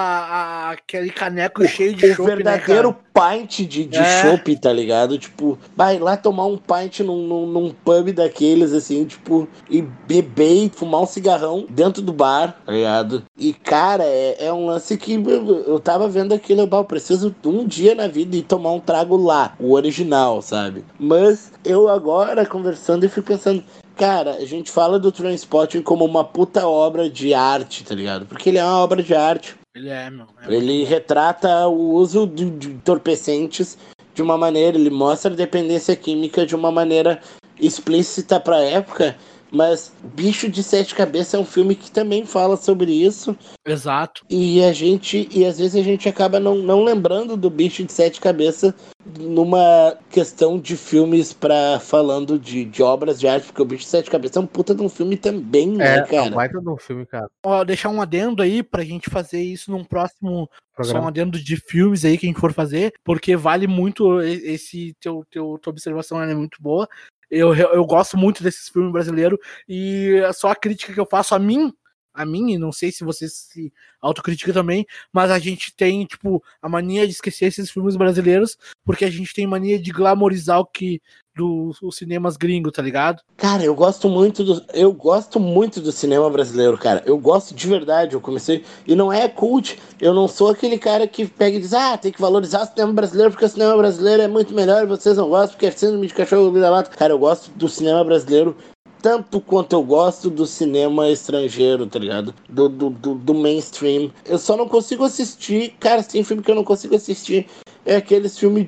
aquele caneco cheio de chopp, o verdadeiro pint de chopp, tá ligado? Tipo, vai lá tomar um pint num pub daqueles, assim, tipo, e beber e fumar um cigarrão dentro do bar, tá ligado? E, cara, é um lance que eu tava vendo aquilo, eu preciso um dia na vida ir tomar um trago lá, o original, sabe? Mas eu agora, conversando, e fico pensando, cara, a gente fala do Trainspotting como uma puta obra de arte, tá ligado? Porque ele é uma obra de arte. Ele é, meu. Ele retrata o uso de entorpecentes de uma maneira, ele mostra a dependência química de uma maneira explícita pra época, mas Bicho de Sete Cabeças é um filme que também fala sobre isso. Exato. E às vezes a gente acaba não lembrando do Bicho de Sete Cabeças numa questão de filmes falando de obras de arte, porque o Bicho de Sete Cabeças é um puta de um filme também, né, cara? É um baita de um filme, cara. Ó, deixar um adendo aí pra gente fazer isso num próximo programa. Só um adendo de filmes aí que a gente for fazer, porque vale muito esse tua observação, ela é muito boa. Eu gosto muito desses filmes brasileiros e só a crítica que eu faço a mim a mim, e não sei se você se autocritica também, mas a gente tem, tipo, a mania de esquecer esses filmes brasileiros, porque a gente tem mania de glamorizar os cinemas gringos, tá ligado? Cara, eu gosto muito do cinema brasileiro, cara. Eu gosto de verdade. Eu comecei. E não é cult. Eu não sou aquele cara que pega e diz, tem que valorizar o cinema brasileiro porque o cinema brasileiro é muito melhor e vocês não gostam porque é síndrome de cachorro vira-lata. Cara, eu gosto do cinema brasileiro tanto quanto eu gosto do cinema estrangeiro, tá ligado? Do mainstream. Eu só não consigo assistir. Cara, tem filme que eu não consigo assistir. É aqueles filmes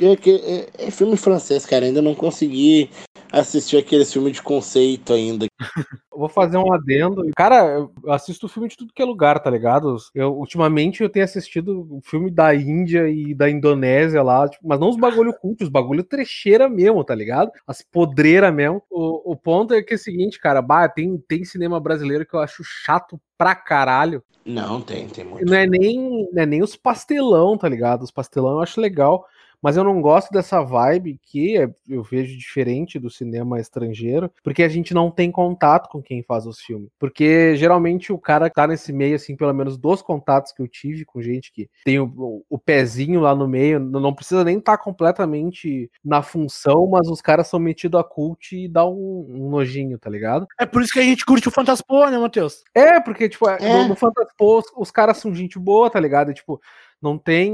é filme francês, cara. Ainda não consegui assistir aqueles filmes de conceito ainda. Eu vou fazer um adendo. Cara, eu assisto filme de tudo que é lugar, tá ligado? Ultimamente eu tenho assistido o filme da Índia e da Indonésia lá, tipo, mas não os bagulho culto, os bagulho trecheira mesmo, tá ligado? As podreiras mesmo. O ponto é que é o seguinte, cara, tem cinema brasileiro que eu acho chato pra caralho. Não, tem muito. Não é nem os pastelão, tá ligado? Os pastelão eu acho legal. Mas eu não gosto dessa vibe que eu vejo diferente do cinema estrangeiro, porque a gente não tem contato com quem faz os filmes. Porque geralmente o cara que tá nesse meio, assim, pelo menos dos contatos que eu tive com gente que tem o pezinho lá no meio, não precisa nem estar completamente na função, mas os caras são metidos a cult e dá um nojinho, tá ligado? É por isso que a gente curte o Fantaspo, né, Matheus? Porque, tipo, no Fantaspo os caras são gente boa, tá ligado? Tipo, não tem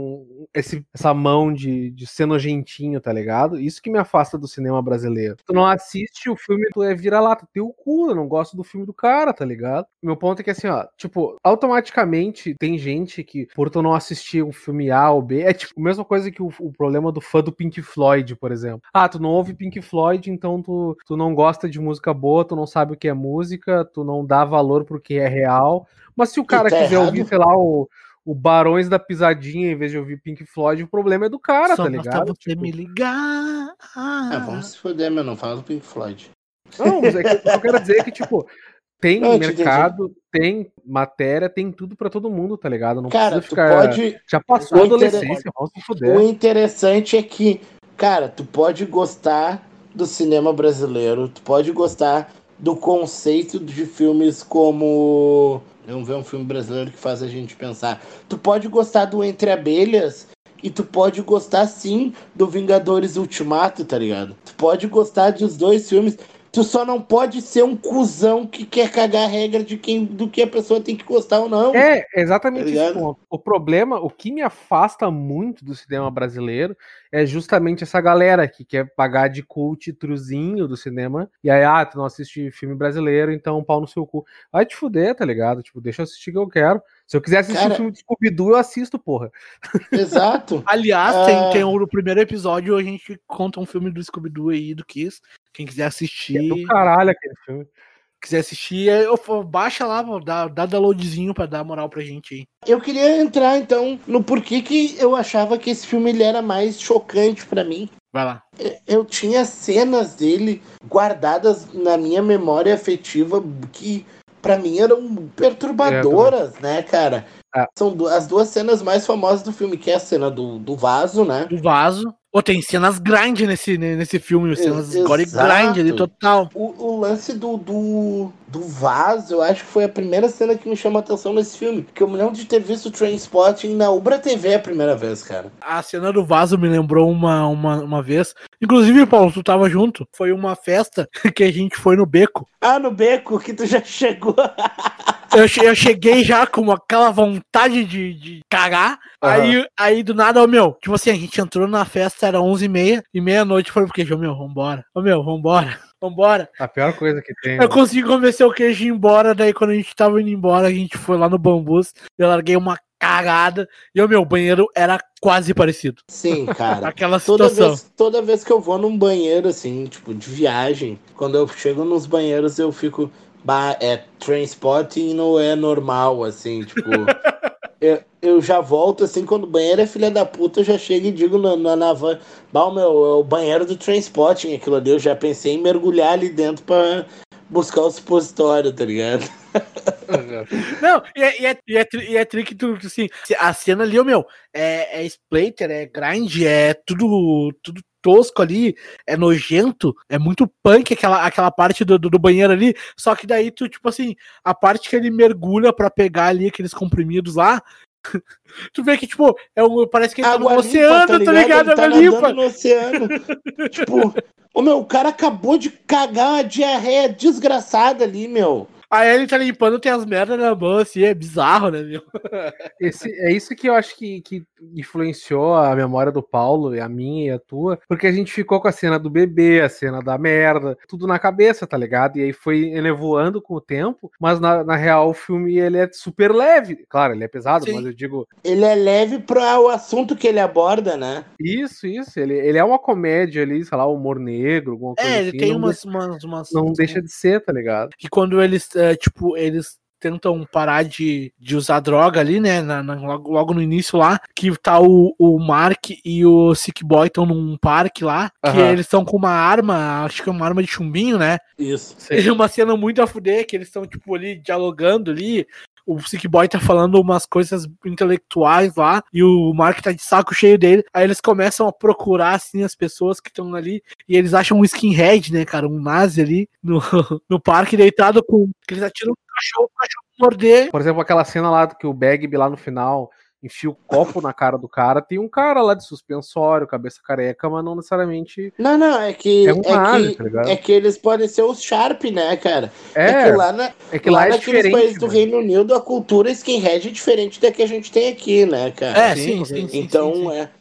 essa mão de ser nojentinho, tá ligado? Isso que me afasta do cinema brasileiro. Tu não assiste o filme, tu vira-lata, teu cu, eu não gosto do filme do cara, tá ligado? Meu ponto é que assim, ó, tipo, automaticamente tem gente que, por tu não assistir um filme A ou B, é tipo a mesma coisa que o problema do fã do Pink Floyd, por exemplo. Tu não ouve Pink Floyd, então tu não gosta de música boa, tu não sabe o que é música, tu não dá valor pro que é real. Mas se o cara quiser ouvir, sei lá, o Barões da Pisadinha, em vez de ouvir Pink Floyd, o problema é do cara, só tá ligado? Só você me ligar. Vamos se foder, meu, não fala do Pink Floyd. Não, mas o que eu quero dizer é que, tipo, tem mercado, tem matéria, tem tudo pra todo mundo, tá ligado? Não cara, precisa ficar... Já passou a adolescência, vamos se foder. O interessante é que, cara, tu pode gostar do cinema brasileiro, tu pode gostar do conceito de filmes como... Vamos ver um filme brasileiro que faz a gente pensar. Tu pode gostar do Entre Abelhas e tu pode gostar, sim, do Vingadores Ultimato, tá ligado? Tu pode gostar dos dois filmes. Tu só não pode ser um cuzão que quer cagar a regra do que a pessoa tem que gostar ou não. É, exatamente tá isso. O problema, o que me afasta muito do cinema brasileiro é justamente essa galera que quer pagar de cult truzinho do cinema. E aí, tu não assiste filme brasileiro, então pau no seu cu. Vai te fuder, tá ligado? Tipo, deixa eu assistir o que eu quero. Se eu quiser assistir o filme de Scooby-Doo, eu assisto, porra. Exato. Aliás, tem o primeiro episódio, a gente conta um filme do Scooby-Doo aí, do Kiss. Quem quiser assistir... É do caralho aquele filme. Quiser assistir, baixa lá, dá downloadzinho pra dar moral pra gente aí. Eu queria entrar, então, no porquê que eu achava que esse filme ele era mais chocante pra mim. Vai lá. Eu tinha cenas dele guardadas na minha memória afetiva que, pra mim, eram perturbadoras, né, cara? São as duas cenas mais famosas do filme, que é a cena do vaso, né? Do vaso. Tem cenas grind nesse filme, cenas gore grind ali, total. O lance do vaso, eu acho que foi a primeira cena que me chamou a atenção nesse filme. Porque eu me lembro de ter visto o Trainspotting na Ubra TV a primeira vez, cara. A cena do vaso me lembrou uma vez. Inclusive, Paulo, tu tava junto. Foi uma festa que a gente foi no Beco. No Beco, que tu já chegou. Eu cheguei já com aquela vontade de cagar. Uhum. Aí do nada, tipo assim, a gente entrou na festa, era 11h30, e meia-noite foi porque, vambora. Vambora. A pior coisa que tem. Eu consegui convencer o queijo a ir embora, daí quando a gente tava indo embora, a gente foi lá no Bambus, eu larguei uma cagada, e o banheiro era quase parecido. Sim, cara. Aquela situação. Toda vez que eu vou num banheiro, assim, tipo, de viagem, quando eu chego nos banheiros, eu fico... é Trainspotting não é normal, assim, tipo... eu já volto, assim, quando o banheiro é filha da puta, eu já chego e digo na van, é o banheiro do Trainspotting, aquilo ali, eu já pensei em mergulhar ali dentro pra buscar o supositório, tá ligado? Não, e é trick tudo, assim, a cena ali, meu, é splatter, é grind, é tudo tosco ali, é nojento, é muito punk aquela parte do banheiro ali, só que daí tu, tipo assim, a parte que ele mergulha pra pegar ali aqueles comprimidos lá, tu vê que, tipo, parece que ele tá no oceano, tá ligado? Ele tá nadando no oceano. Tipo, o cara acabou de cagar uma diarreia desgraçada ali, meu. Aí ele tá limpando, tem as merdas na mão, assim, é bizarro, né, meu? É isso que eu acho que influenciou a memória do Paulo, e a minha e a tua, porque a gente ficou com a cena do bebê, a cena da merda, tudo na cabeça, tá ligado? E aí foi elevoando com o tempo, mas na real o filme ele é super leve. Claro, ele é pesado, Sim. mas eu digo... Ele é leve para o assunto que ele aborda, né? Isso. Ele é uma comédia ali, sei lá, humor negro, alguma coisa assim. Ele tem umas... Não deixa de ser, tá ligado? Que quando eles, eles tentam parar de usar droga ali, né? Logo no início lá, que tá o Mark e o Sick Boy estão num parque lá, que eles estão com uma arma, acho que é uma arma de chumbinho, né? Isso. É uma cena muito a fuder, que eles estão, tipo, ali dialogando ali. O Sick Boy tá falando umas coisas intelectuais lá, e o Mark tá de saco cheio dele. Aí eles começam a procurar, assim, as pessoas que estão ali, e eles acham um skinhead, né, cara, um nazi ali no parque, deitado com... que eles atiram no cachorro, o cachorro morder. Por exemplo, aquela cena lá que o Bagby lá no final enfia o copo na cara do cara, tem um cara lá de suspensório, cabeça careca, mas não necessariamente... Não, é que tá ligado? é que eles podem ser os Sharp, né, cara? É que lá é naqueles diferente, países do mano. Reino Unido, a cultura skinhead é diferente da que a gente tem aqui, né, cara? Sim. Então,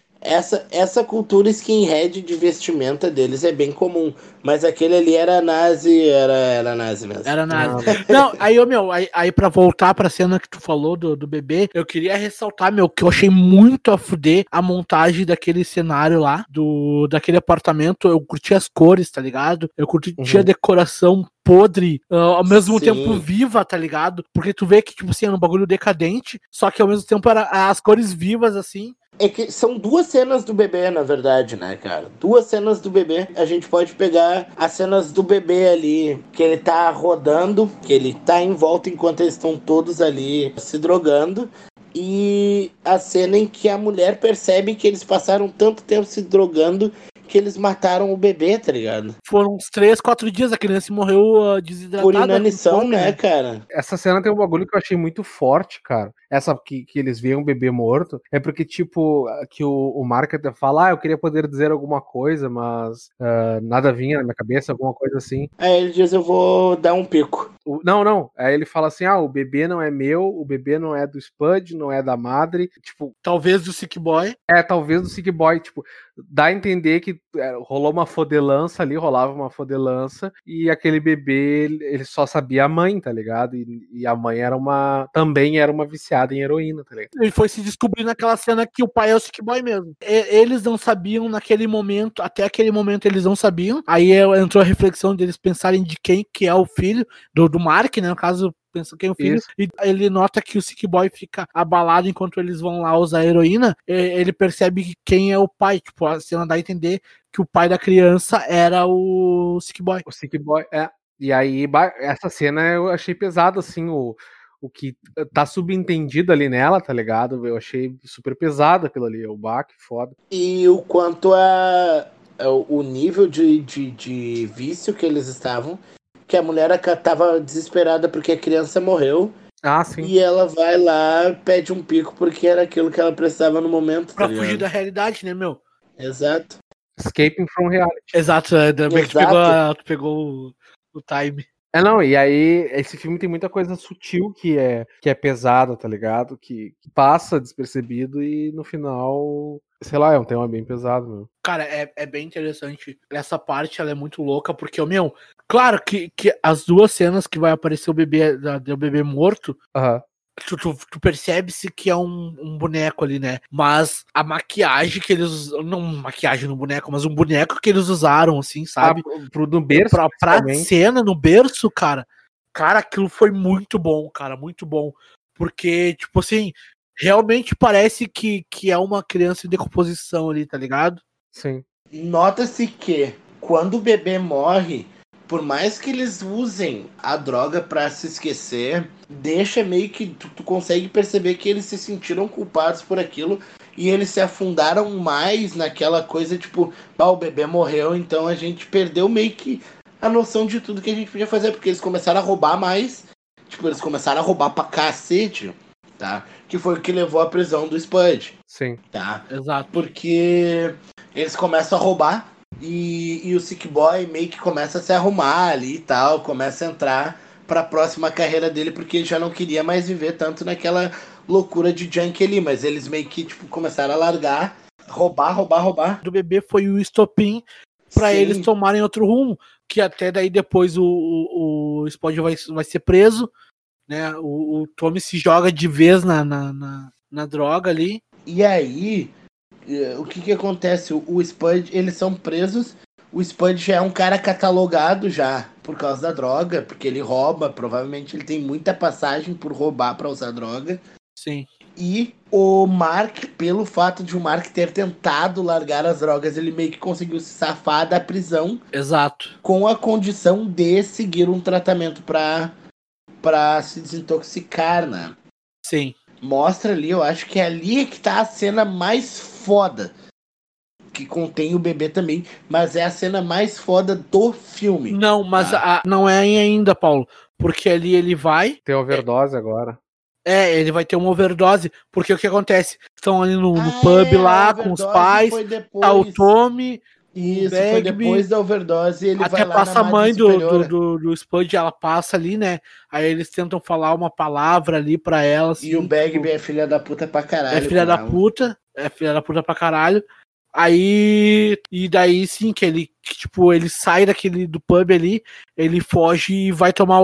essa cultura skinhead de vestimenta deles é bem comum. Mas aquele ali era nazi, era nazi mesmo. Era nazi. Não, aí pra voltar pra cena que tu falou do bebê, eu queria ressaltar, que eu achei muito a fuder a montagem daquele cenário lá, daquele apartamento. Eu curti as cores, tá ligado? Eu curti a decoração podre, ao mesmo tempo viva, tá ligado? Porque tu vê que, tipo assim, era um bagulho decadente, só que ao mesmo tempo era as cores vivas, assim. É que são duas cenas do bebê, na verdade, né, cara? Duas cenas do bebê. A gente pode pegar as cenas do bebê ali, que ele tá rodando, que ele tá em volta enquanto eles estão todos ali se drogando. E a cena em que a mulher percebe que eles passaram tanto tempo se drogando que eles mataram o bebê, tá ligado? Foram uns 3, 4 dias, a criança morreu desidratada. Por inanição, fome, né, cara? Essa cena tem um bagulho que eu achei muito forte, cara. Essa que eles veem um bebê morto, é porque, tipo, que o Mark até fala, eu queria poder dizer alguma coisa, mas nada vinha na minha cabeça, alguma coisa assim. Aí ele diz, eu vou dar um pico. Não. Aí ele fala assim, o bebê não é meu, o bebê não é do Spud, não é da madre. Tipo, talvez do Sick Boy. Talvez do Sick Boy. Tipo, dá a entender que rolou uma fodelança ali, rolava uma fodelança, e aquele bebê, ele só sabia a mãe, tá ligado? E a mãe também era uma viciada em heroína, tá ligado? Ele foi se descobrir naquela cena que o pai é o Sick Boy mesmo. Eles não sabiam naquele momento, até aquele momento eles não sabiam. Aí entrou a reflexão deles pensarem de quem que é o filho do Mark, né? No caso, pensa quem é o filho. Isso. E ele nota que o Sick Boy fica abalado enquanto eles vão lá usar heroína. Ele percebe quem é o pai. Tipo, a cena dá a entender que o pai da criança era o Sick Boy. O Sick Boy, E aí, essa cena eu achei pesado, assim, o que tá subentendido ali nela, tá ligado? Eu achei super pesado aquilo ali, o baque, foda. E o quanto o nível de vício que eles estavam, que a mulher tava desesperada porque a criança morreu. Sim. E ela vai lá, pede um pico porque era aquilo que ela precisava no momento. Pra fugir da realidade, né, meu? Exato. Escaping from reality. Exato, tu pegou o time. Não, e aí esse filme tem muita coisa sutil que é pesada, tá ligado? Que passa despercebido e no final, sei lá, é um tema bem pesado, meu. Cara, é bem interessante. Essa parte, ela é muito louca, porque, claro que as duas cenas que vai aparecer o bebê morto, tu percebe-se que é um boneco ali, né? Mas a maquiagem que eles... Não maquiagem no boneco, mas um boneco que eles usaram, assim, sabe? No berço, pra cena no berço, cara. Cara, aquilo foi muito bom, cara. Muito bom. Porque, tipo assim, realmente parece que é uma criança em decomposição ali, tá ligado? Sim. Nota-se que quando o bebê morre, por mais que eles usem a droga pra se esquecer, deixa meio que tu consegue perceber que eles se sentiram culpados por aquilo e eles se afundaram mais naquela coisa, tipo, o bebê morreu, então a gente perdeu meio que a noção de tudo que a gente podia fazer, porque eles começaram a roubar mais, tipo, eles começaram a roubar pra cacete, tá? Que foi o que levou à prisão do Spud. Sim. Tá? Exato. Porque eles começam a roubar e o Sick Boy meio que começa a se arrumar ali e tal, começa a entrar pra próxima carreira dele, porque ele já não queria mais viver tanto naquela loucura de junk ali, mas eles meio que, tipo, começaram a largar, roubar. Do bebê foi o estopim pra Sim. eles tomarem outro rumo, que até daí depois o Spud vai ser preso, né? O Tommy se joga de vez na droga ali. E aí, o que acontece? O Spud, eles são presos. O Spud já é um cara catalogado já por causa da droga, porque ele rouba. Provavelmente ele tem muita passagem por roubar pra usar droga. Sim. E o Mark, pelo fato de o Mark ter tentado largar as drogas, ele meio que conseguiu se safar da prisão. Exato. Com a condição de seguir um tratamento pra se desintoxicar, né? Sim. Mostra ali, eu acho que é ali que tá a cena mais foda. Que contém o bebê também, mas é a cena mais foda do filme. Não, mas não é ainda, Paulo. Porque ali ele vai. Tem overdose agora. Ele vai ter uma overdose. Porque o que acontece? Estão ali no pub lá com os pais. Tá o Tommy. Isso, foi depois da overdose. Ele até vai lá passa na a mãe superior. do Spud, ela passa ali, né? Aí eles tentam falar uma palavra ali pra ela. Assim, e o Bagby é filha da puta pra caralho. É filha da puta. É filha da puta pra caralho. Aí, e daí sim, que ele sai do pub ali, ele foge e vai tomar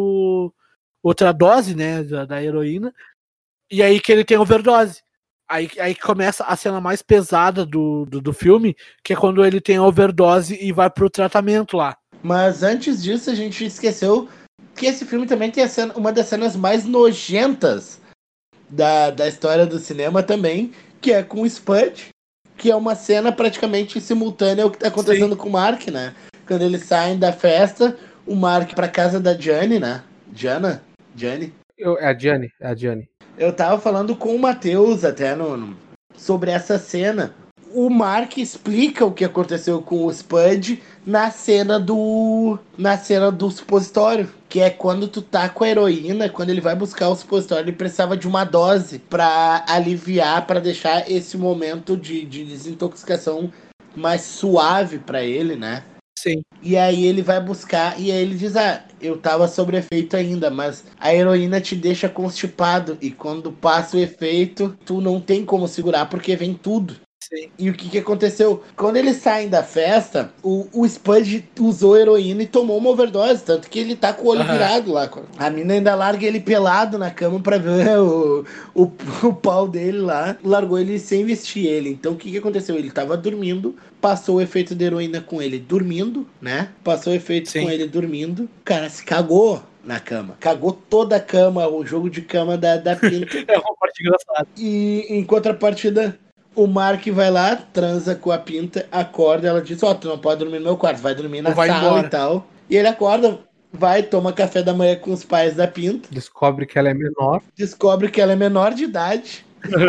outra dose, né, da heroína, e aí que ele tem overdose. Aí começa a cena mais pesada do filme, que é quando ele tem overdose e vai pro tratamento lá. Mas antes disso, a gente esqueceu que esse filme também tem uma das cenas mais nojentas da história do cinema também, que é com o Spud, que é uma cena praticamente simultânea ao que tá acontecendo com o Mark, né? Quando eles saem da festa, o Mark pra casa da Gianni, né? Gianni? É a Gianni. Eu tava falando com o Matheus até sobre essa cena. O Mark explica o que aconteceu com o Spud na cena do supositório. Que é quando tu tá com a heroína, quando ele vai buscar o supositório, ele precisava de uma dose pra aliviar, pra deixar esse momento de desintoxicação mais suave pra ele, né? Sim. E aí ele vai buscar, e aí ele diz, eu tava sob efeito ainda, mas a heroína te deixa constipado, e quando passa o efeito, tu não tem como segurar, porque vem tudo. Sim. E o que aconteceu? Quando eles saem da festa, o Spud usou heroína e tomou uma overdose, tanto que ele tá com o olho virado lá. A mina ainda larga ele pelado na cama pra ver o pau dele lá. Largou ele sem vestir ele. Então o que aconteceu? Ele tava dormindo, passou o efeito da heroína com ele dormindo, né? Passou o efeito com ele dormindo. O cara se cagou na cama. Cagou toda a cama, o jogo de cama da Pinta. É uma parte engraçada. E em contrapartida, o Mark vai lá, transa com a Pinta, acorda, ela diz, tu não pode dormir no meu quarto, vai dormir na sala embora. E tal. E ele acorda, vai, toma café da manhã com os pais da Pinta. Descobre que ela é menor de idade.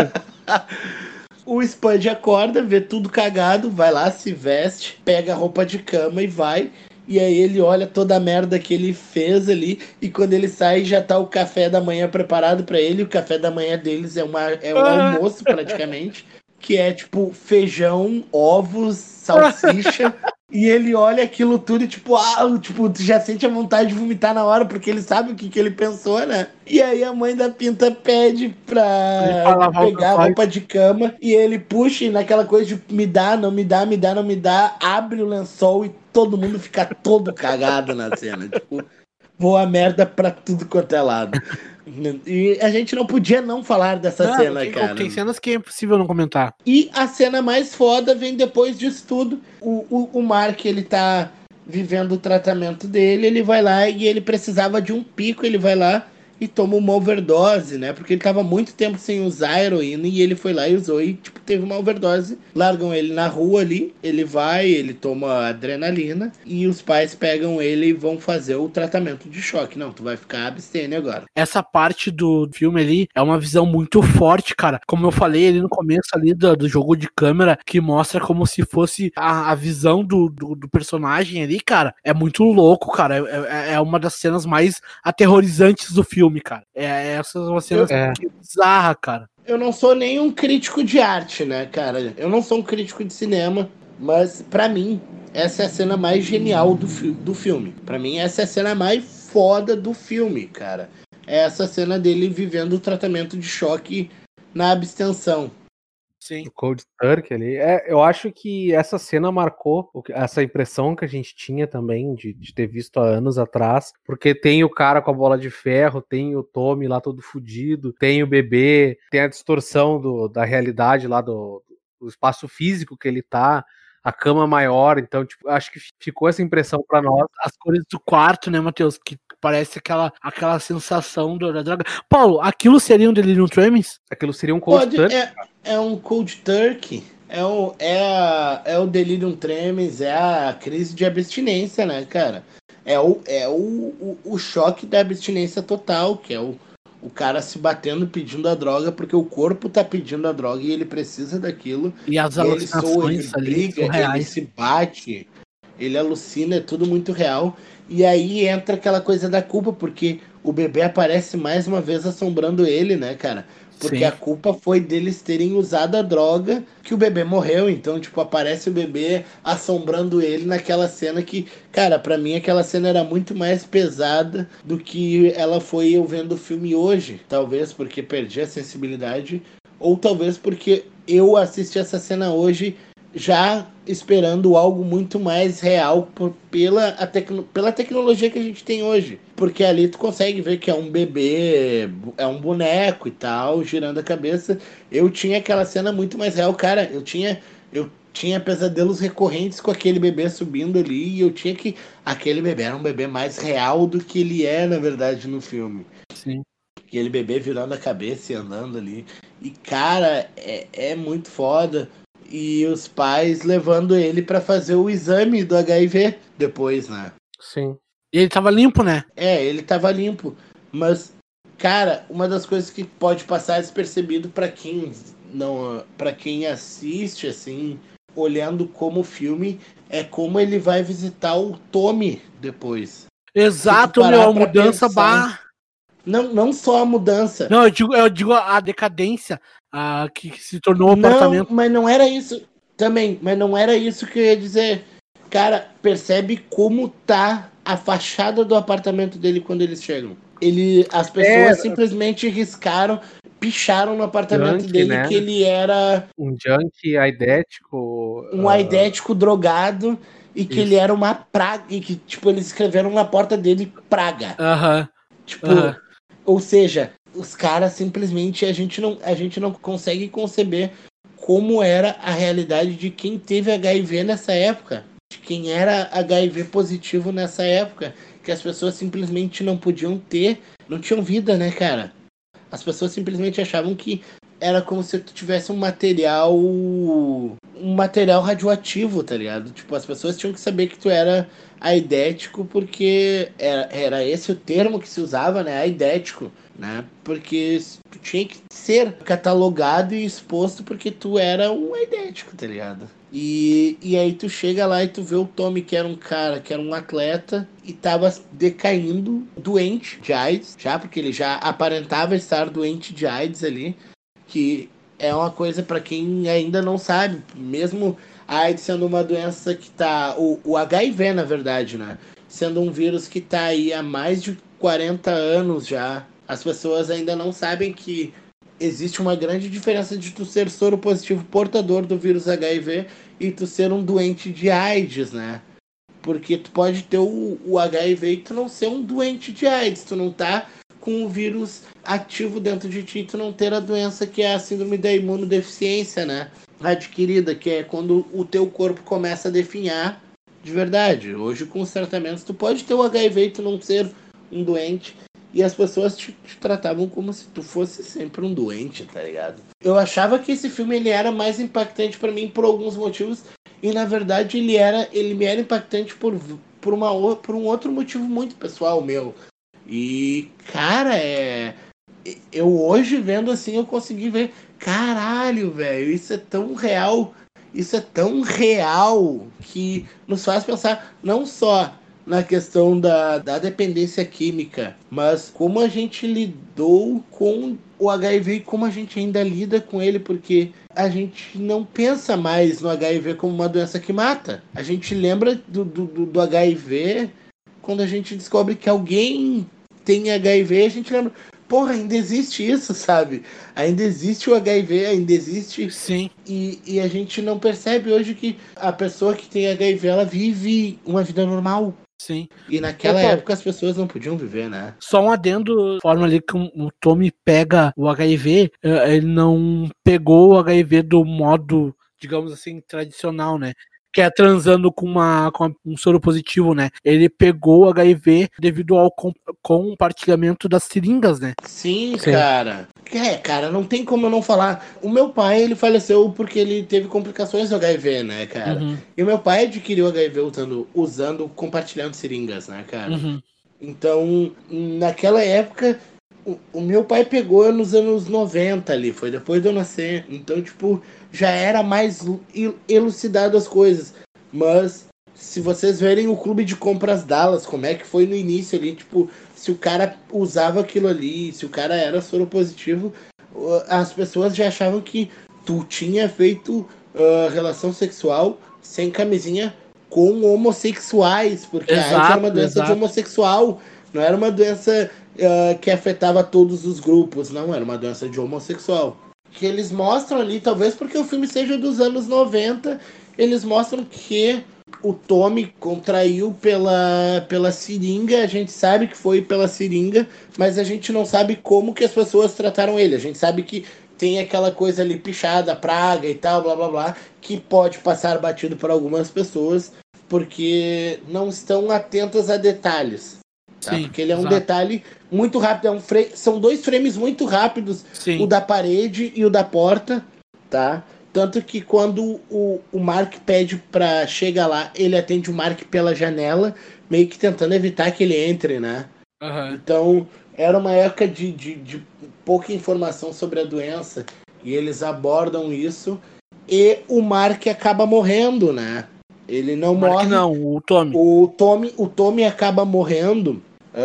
O Spud acorda, vê tudo cagado, vai lá, se veste, pega a roupa de cama e vai. E aí ele olha toda a merda que ele fez ali. E quando ele sai, já tá o café da manhã preparado pra ele. O café da manhã deles é um almoço, praticamente. Que é tipo feijão, ovos, salsicha. E ele olha aquilo tudo e tu já sente a vontade de vomitar na hora, porque ele sabe o que ele pensou, né? E aí a mãe da Pinta pede pra pegar a roupa de cama e ele puxa e naquela coisa de me dá, não me dá, abre o lençol e todo mundo fica todo cagado na cena. Tipo, voa merda pra tudo quanto é lado. E a gente não podia não falar dessa cena, cara. Tem cenas que é impossível não comentar. E a cena mais foda vem depois disso tudo. O Mark, ele tá vivendo o tratamento dele, ele vai lá e ele precisava de um pico, ele vai lá e toma uma overdose, né? Porque ele tava muito tempo sem usar a heroína e ele foi lá e usou e, tipo, teve uma overdose. Largam ele na rua ali, ele vai, ele toma adrenalina e os pais pegam ele e vão fazer o tratamento de choque. Não, tu vai ficar abstêmio agora. Essa parte do filme ali é uma visão muito forte, cara. Como eu falei ali no começo ali do jogo de câmera, que mostra como se fosse a visão do personagem ali, cara. É muito louco, cara. É uma das cenas mais aterrorizantes do filme, cara. Essa é uma cena bizarra, cara. Eu não sou nem um crítico de arte, né, cara? Eu não sou um crítico de cinema, mas pra mim, essa é a cena mais genial do filme. Pra mim, essa é a cena mais foda do filme, cara. É essa cena dele vivendo o tratamento de choque na abstenção. Sim. O Cold Turkey ali. Eu acho que essa cena marcou essa impressão que a gente tinha também de ter visto há anos atrás, porque tem o cara com a bola de ferro, tem o Tommy lá todo fudido, tem o bebê, tem a distorção da realidade lá do espaço físico que ele tá, a cama maior, então, tipo, acho que ficou essa impressão pra nós. As cores do quarto, né, Matheus? Que parece aquela sensação da droga. Paulo, aquilo seria um Delirium Tremens? Aquilo seria um Cold Turkey? É um Cold Turkey. É o Delirium Tremens, é a crise de abstinência, né, cara? É o choque da abstinência total, que é o cara se batendo pedindo a droga porque o corpo tá pedindo a droga e ele precisa daquilo. E as alucinações ele briga, ele se bate, ele alucina, é tudo muito real. E aí entra aquela coisa da culpa, porque o bebê aparece mais uma vez assombrando ele, né, cara? Porque Sim. a culpa foi deles terem usado a droga que o bebê morreu. Então, tipo, aparece o bebê assombrando ele naquela cena que, cara, pra mim aquela cena era muito mais pesada do que ela foi eu vendo o filme hoje. Talvez porque perdi a sensibilidade, ou talvez porque eu assisti essa cena hoje já esperando algo muito mais real pela tecnologia que a gente tem hoje. Porque ali tu consegue ver que é um bebê, é um boneco e tal, girando a cabeça. Eu tinha aquela cena muito mais real, cara. Eu tinha pesadelos recorrentes com aquele bebê subindo ali e eu tinha que... Aquele bebê era um bebê mais real do que ele é, na verdade, no filme. Sim. Aquele bebê virando a cabeça e andando ali. E, cara, é muito foda. E os pais levando ele pra fazer o exame do HIV depois, né? Sim. E ele tava limpo, né? Ele tava limpo. Mas, cara, uma das coisas que pode passar despercebido pra quem não, para quem assiste assim, olhando como filme, é como ele vai visitar o Tommy depois. Exato, meu, a mudança Não só a mudança. Não, eu digo a decadência que se tornou o apartamento. Mas não era isso também, mas não era isso que eu ia dizer. Cara, percebe como tá a fachada do apartamento dele quando eles chegam. As pessoas simplesmente riscaram, picharam no apartamento dele, né? Que ele era um junkie aidético. Um aidético drogado e que ele era uma praga. E que, tipo, eles escreveram na porta dele praga. Tipo, ou seja, os caras simplesmente a gente não consegue conceber como era a realidade de quem teve HIV nessa época, de quem era HIV positivo nessa época, que as pessoas simplesmente não podiam ter, não tinham vida, né, cara? As pessoas simplesmente achavam que era como se tu tivesse um material radioativo, tá ligado? Tipo, as pessoas tinham que saber que tu era aidético porque era esse o termo que se usava, né? Aidético, né? Porque tu tinha que ser catalogado e exposto porque tu era um aidético, tá ligado? E aí tu chega lá e tu vê o Tommy, que era um cara, que era um atleta e tava decaindo, doente de AIDS, já, porque ele já aparentava estar doente de AIDS ali, que é uma coisa para quem ainda não sabe, mesmo a AIDS sendo uma doença que tá, o HIV na verdade, né, sendo um vírus que tá aí há mais de 40 anos já, as pessoas ainda não sabem que existe uma grande diferença de tu ser soro positivo portador do vírus HIV e tu ser um doente de AIDS, né, porque tu pode ter o HIV e tu não ser um doente de AIDS, tu não tá com o vírus ativo dentro de ti, tu não ter a doença que é a síndrome da imunodeficiência, né? Adquirida, que é quando o teu corpo começa a definhar de verdade. Hoje, com os tratamentos, tu pode ter o HIV e tu não ser um doente. e as pessoas te tratavam como se tu fosse sempre um doente, tá ligado? Eu achava que esse filme ele era mais impactante pra mim por alguns motivos, e na verdade ele me era impactante por um outro motivo muito pessoal meu. E, cara, eu hoje vendo assim, eu consegui ver, caralho, velho, isso é tão real que nos faz pensar não só na questão da dependência química, mas como a gente lidou com o HIV e como a gente ainda lida com ele, porque a gente não pensa mais no HIV como uma doença que mata. A gente lembra do HIV quando a gente descobre que alguém tem HIV, a gente lembra, porra, ainda existe isso, sabe? Ainda existe o HIV, ainda existe. Sim. E a gente não percebe hoje que a pessoa que tem HIV, ela vive uma vida normal. Sim. E naquela época as pessoas não podiam viver, né? Só um adendo, forma ali que o Tommy pega o HIV, ele não pegou o HIV do modo, digamos assim, tradicional, né? Que é transando com um soro positivo, né? Ele pegou o HIV devido ao compartilhamento das seringas, né? Sim, cara. Cara, não tem como eu não falar. O meu pai, ele faleceu porque ele teve complicações do HIV, né, cara? Uhum. E o meu pai adquiriu HIV compartilhando seringas, né, cara? Uhum. Então, naquela época, o meu pai pegou nos anos 90 ali, foi depois de eu nascer. Então, tipo, já era mais elucidado as coisas. Mas, se vocês verem o Clube de Compras Dallas, como é que foi no início ali, tipo, se o cara usava aquilo ali, se o cara era soropositivo, as pessoas já achavam que tu tinha feito relação sexual sem camisinha com homossexuais, porque a AIDS era uma doença de homossexual, não era uma doença que afetava todos os grupos, não, era uma doença de homossexual. Que eles mostram ali, talvez porque o filme seja dos anos 90, eles mostram que o Tommy contraiu pela seringa, a gente sabe que foi pela seringa, mas a gente não sabe como que as pessoas trataram ele, a gente sabe que tem aquela coisa ali pichada, praga e tal, blá blá blá, que pode passar batido por algumas pessoas, porque não estão atentas a detalhes. Tá? Sim, porque ele é um detalhe muito rápido, são dois frames muito rápidos, sim. O da parede e o da porta, tá? Tanto que quando o Mark pede pra chegar lá, ele atende o Mark pela janela, meio que tentando evitar que ele entre, né? Uhum. Então, era uma época de pouca informação sobre a doença, e eles abordam isso, e o Mark acaba morrendo, né? Ele não morre. Não, o Tommy. O Tommy acaba morrendo.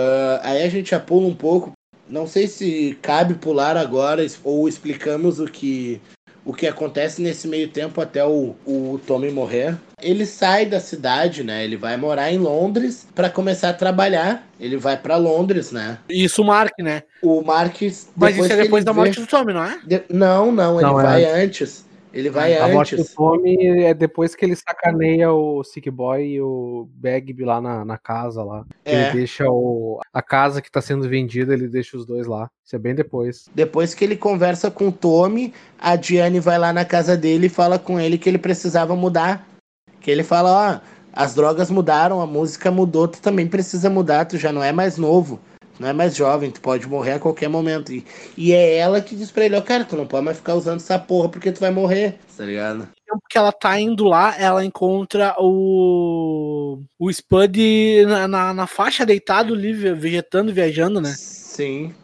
Aí a gente já pula um pouco. Não sei se cabe pular agora ou explicamos o que acontece nesse meio tempo até o Tommy morrer. Ele sai da cidade, né? Ele vai morar em Londres para começar a trabalhar. Ele vai para Londres, né? Isso, o Mark, né? O Mark. Mas isso é depois da morte do Tommy, não é? Não, ele vai antes. Ele vai A morte do antes. Tommy é depois que ele sacaneia o Sick Boy e o Bagby lá na casa lá. Ele deixa a casa que tá sendo vendida, ele deixa os dois lá. Isso é bem depois. Depois que ele conversa com o Tommy, a Diane vai lá na casa dele e fala com ele que ele precisava mudar. Que ele fala, as drogas mudaram, a música mudou, tu também precisa mudar, tu já não é mais novo, não é mais jovem, tu pode morrer a qualquer momento. E é ela que diz pra ele, cara, tu não pode mais ficar usando essa porra porque tu vai morrer, tá ligado? Que ela tá indo lá, ela encontra o Spud na faixa deitado ali, vegetando, viajando, né? Sim.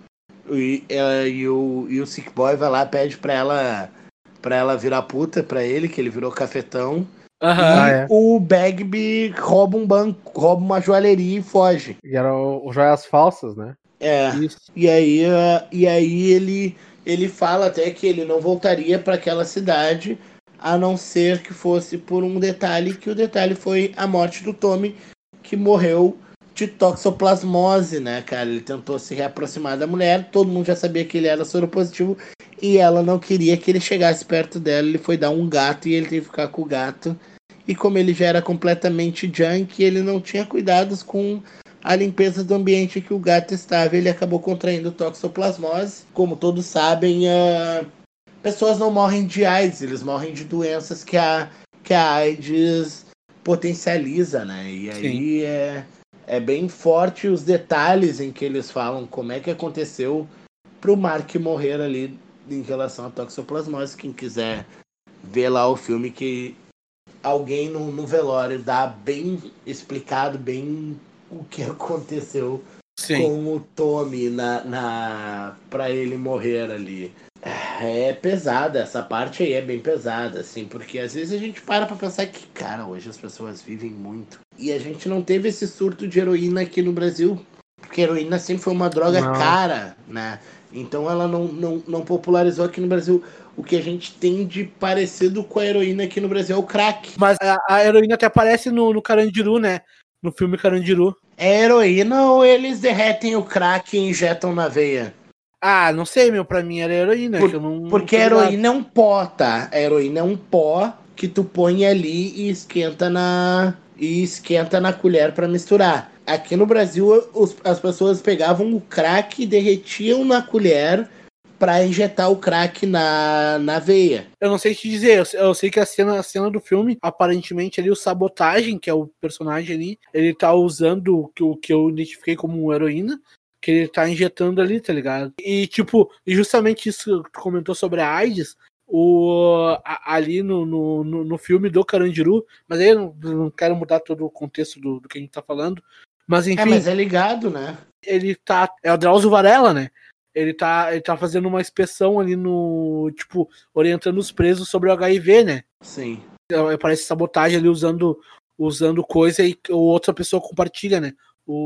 E o Sick Boy vai lá, pede pra ela virar puta pra ele, que ele virou cafetão. O Bagby rouba um banco, rouba uma joalheria e foge. E eram joias falsas, né? Isso. E aí ele fala até que ele não voltaria para aquela cidade, a não ser que fosse por um detalhe, que o detalhe foi a morte do Tommy, que morreu de toxoplasmose, né, cara? Ele tentou se reaproximar da mulher, todo mundo já sabia que ele era soropositivo, e ela não queria que ele chegasse perto dela, ele foi dar um gato e ele teve que ficar com o gato. E como ele já era completamente junk, ele não tinha cuidados com a limpeza do ambiente que o gato estava, ele acabou contraindo toxoplasmose. Como todos sabem, pessoas não morrem de AIDS, eles morrem de doenças que a AIDS potencializa, né? E aí É bem forte os detalhes em que eles falam como é que aconteceu pro Mark morrer ali em relação à toxoplasmose. Quem quiser ver lá o filme, que alguém no velório dá bem explicado, bem o que aconteceu com o Tommy pra ele morrer ali. É pesada, essa parte aí é bem pesada, assim, porque às vezes a gente para pra pensar que, cara, hoje as pessoas vivem muito. E a gente não teve esse surto de heroína aqui no Brasil, porque a heroína sempre foi uma droga cara, né? Então ela não popularizou aqui no Brasil. O que a gente tem de parecido com a heroína aqui no Brasil é o crack. Mas a heroína até aparece no Carandiru, né? No filme Carandiru. É heroína ou eles derretem o crack e injetam na veia? Ah, não sei, meu. Pra mim era heroína. Porque a heroína é um pó, tá? A heroína é um pó que tu põe ali e esquenta na colher pra misturar. Aqui no Brasil, as pessoas pegavam o crack e derretiam na colher pra injetar o crack na veia. Eu não sei te dizer, eu sei que a cena do filme, aparentemente ali o Sabotagem, que é o personagem ali, ele tá usando o que eu identifiquei como heroína, que ele tá injetando ali, tá ligado? E tipo, justamente isso que tu comentou sobre a AIDS, ali no filme do Carandiru, mas aí eu não quero mudar todo o contexto do que a gente tá falando, mas enfim... mas é ligado, né? Ele tá... É o Drauzio Varela, né? Ele tá fazendo uma inspeção ali tipo, orientando os presos sobre o HIV, né? Sim. Parece sabotagem ali usando coisa e outra pessoa compartilha, né?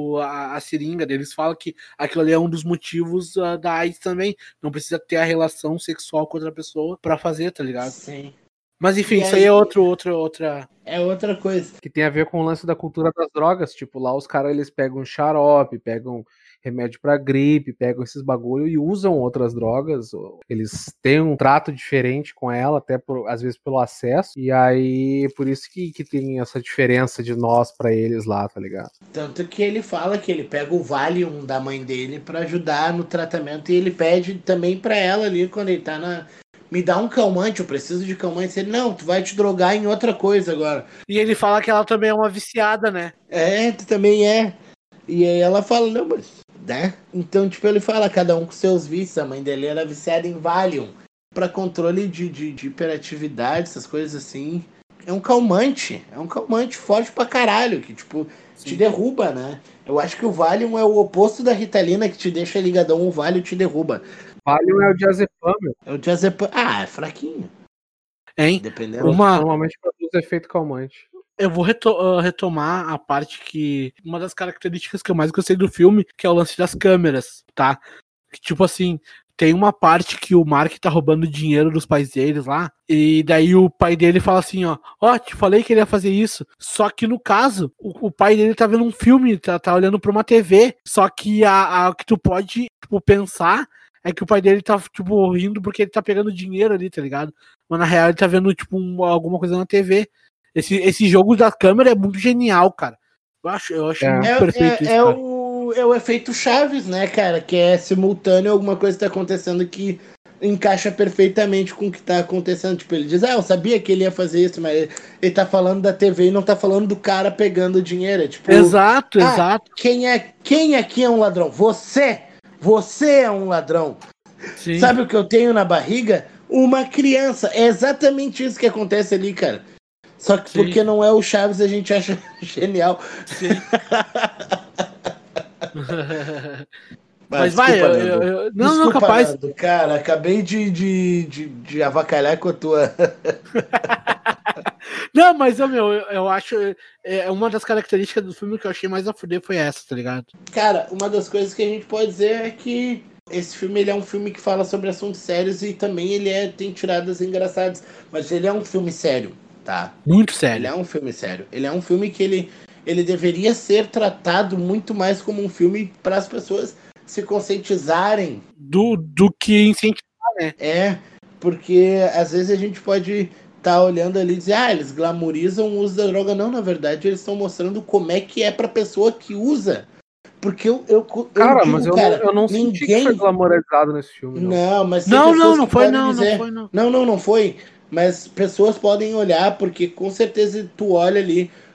A seringa deles fala que aquilo ali é um dos motivos da AIDS também. Não precisa ter a relação sexual com outra pessoa pra fazer, tá ligado? Sim. Mas enfim, isso aí é outra... É outra coisa. Que tem a ver com o lance da cultura das drogas. Tipo, lá os caras, eles pegam xarope, pegam remédio pra gripe, pegam esses bagulho e usam outras drogas. Eles têm um trato diferente com ela, até às vezes pelo acesso. E aí, por isso que tem essa diferença de nós pra eles lá, tá ligado? Tanto que ele fala que ele pega o Valium da mãe dele pra ajudar no tratamento e ele pede também pra ela ali quando ele tá me dá um calmante, eu preciso de calmante. Ele, não, tu vai te drogar em outra coisa agora. E ele fala que ela também é uma viciada, né? É, tu também é. E aí ela fala, não, mas... né? Então, tipo, ele fala, cada um com seus vícios. A mãe dele era viciada em Valium pra controle de hiperatividade, essas coisas assim. É um calmante forte pra caralho, que, tipo, te derruba, né? Eu acho que o Valium é o oposto da Ritalina, que te deixa ligadão, o Valium te derruba. Valium é o diazepam, meu. É o diazepam. Ah, é fraquinho. Hein? Dependendo. Normalmente produz efeito calmante. Eu vou retomar a parte que... Uma das características que eu mais gostei do filme, que é o lance das câmeras, tá? Que, tipo assim, tem uma parte que o Mark tá roubando dinheiro dos pais deles lá, e daí o pai dele fala assim, ó, te falei que ele ia fazer isso. Só que no caso, o pai dele tá vendo um filme, tá olhando pra uma TV, só que o que tu pode, tipo, pensar é que o pai dele tá, tipo, rindo porque ele tá pegando dinheiro ali, tá ligado? Mas na real ele tá vendo, tipo, alguma coisa na TV. Esse jogo da câmera é muito genial, cara. Eu acho muito perfeito isso, cara. É o efeito Chaves, né, cara? Que é simultâneo, alguma coisa tá acontecendo que encaixa perfeitamente com o que tá acontecendo. Tipo, ele diz, eu sabia que ele ia fazer isso, mas ele tá falando da TV e não tá falando do cara pegando dinheiro. É tipo, exato. Quem aqui é um ladrão? Você é um ladrão. Sim. Sabe o que eu tenho na barriga? Uma criança. É exatamente isso que acontece ali, cara. Só que porque não é o Chaves, a gente acha genial. Sim. Mas vai, não, capaz. Nando, cara, acabei de avacalhar com a tua... Não, mas eu acho... uma das características do filme que eu achei mais a fuder foi essa, tá ligado? Cara, uma das coisas que a gente pode dizer é que esse filme ele é um filme que fala sobre assuntos sérios e também ele tem tiradas engraçadas. Mas ele é um filme sério, tá? Muito sério. Ele é um filme sério. Ele é um filme que ele deveria ser tratado muito mais como um filme para as pessoas se conscientizarem do que incentivar, né? É, porque às vezes a gente pode estar olhando ali e dizer, eles glamorizam o uso da droga. Não, na verdade, eles estão mostrando como é que é pra pessoa que usa. Porque eu digo, mas eu não senti que foi glamorizado nesse filme. Não, mas não foi. Não foi. Mas pessoas podem olhar, porque com certeza tu olha ali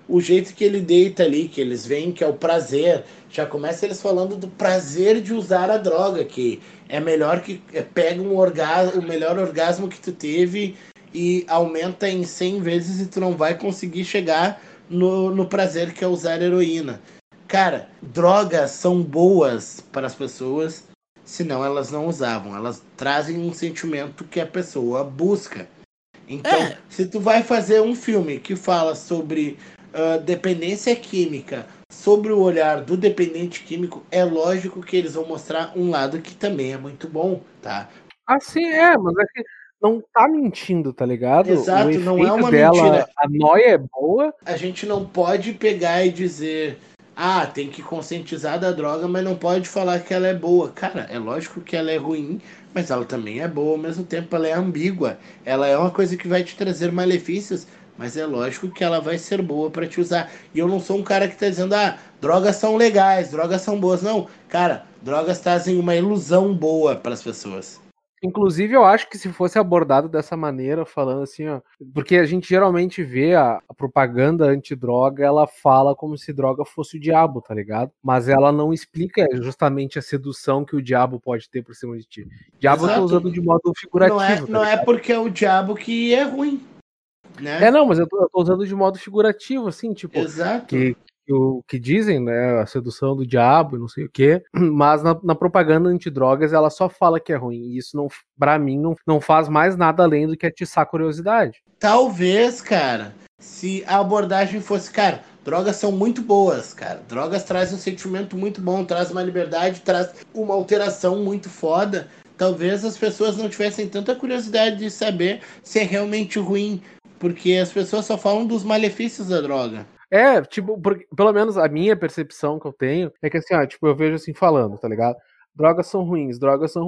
o jeito que ele deita ali, que eles veem que é o prazer, já começa eles falando do prazer de usar a droga, que é melhor que pega o melhor orgasmo que tu teve e aumenta em 100 vezes e tu não vai conseguir chegar no prazer que é usar heroína. Cara, drogas são boas para as pessoas, senão elas não usavam. Elas trazem um sentimento que a pessoa busca. Então, se tu vai fazer um filme que fala sobre dependência química, sobre o olhar do dependente químico, é lógico que eles vão mostrar um lado que também é muito bom, tá? Assim, mas é que não tá mentindo, tá ligado? Exato, o efeito não é uma dela, mentira. A noia é boa. A gente não pode pegar e dizer, tem que conscientizar da droga, mas não pode falar que ela é boa. Cara, é lógico que ela é ruim, mas ela também é boa, ao mesmo tempo ela é ambígua. Ela é uma coisa que vai te trazer malefícios, mas é lógico que ela vai ser boa para te usar. E eu não sou um cara que tá dizendo, drogas são legais, drogas são boas. Não, cara, drogas trazem uma ilusão boa para as pessoas. Inclusive, eu acho que se fosse abordado dessa maneira, falando assim, porque a gente geralmente vê a propaganda antidroga, ela fala como se droga fosse o diabo, tá ligado? Mas ela não explica justamente a sedução que o diabo pode ter por cima de ti. Diabo eu tô usando de modo figurativo. Não é porque é o diabo que é ruim, né? Não, mas eu tô usando de modo figurativo, assim, tipo, Exato. que dizem, né, a sedução do diabo, não sei o quê, mas na propaganda antidrogas ela só fala que é ruim, e isso, pra mim, não faz mais nada além do que atiçar a curiosidade. Talvez, cara, se a abordagem fosse, cara, drogas são muito boas, cara, drogas trazem um sentimento muito bom, traz uma liberdade, traz uma alteração muito foda, talvez as pessoas não tivessem tanta curiosidade de saber se é realmente ruim, porque as pessoas só falam dos malefícios da droga. Pelo menos a minha percepção que eu tenho é que assim, eu vejo assim falando, tá ligado? Drogas são ruins.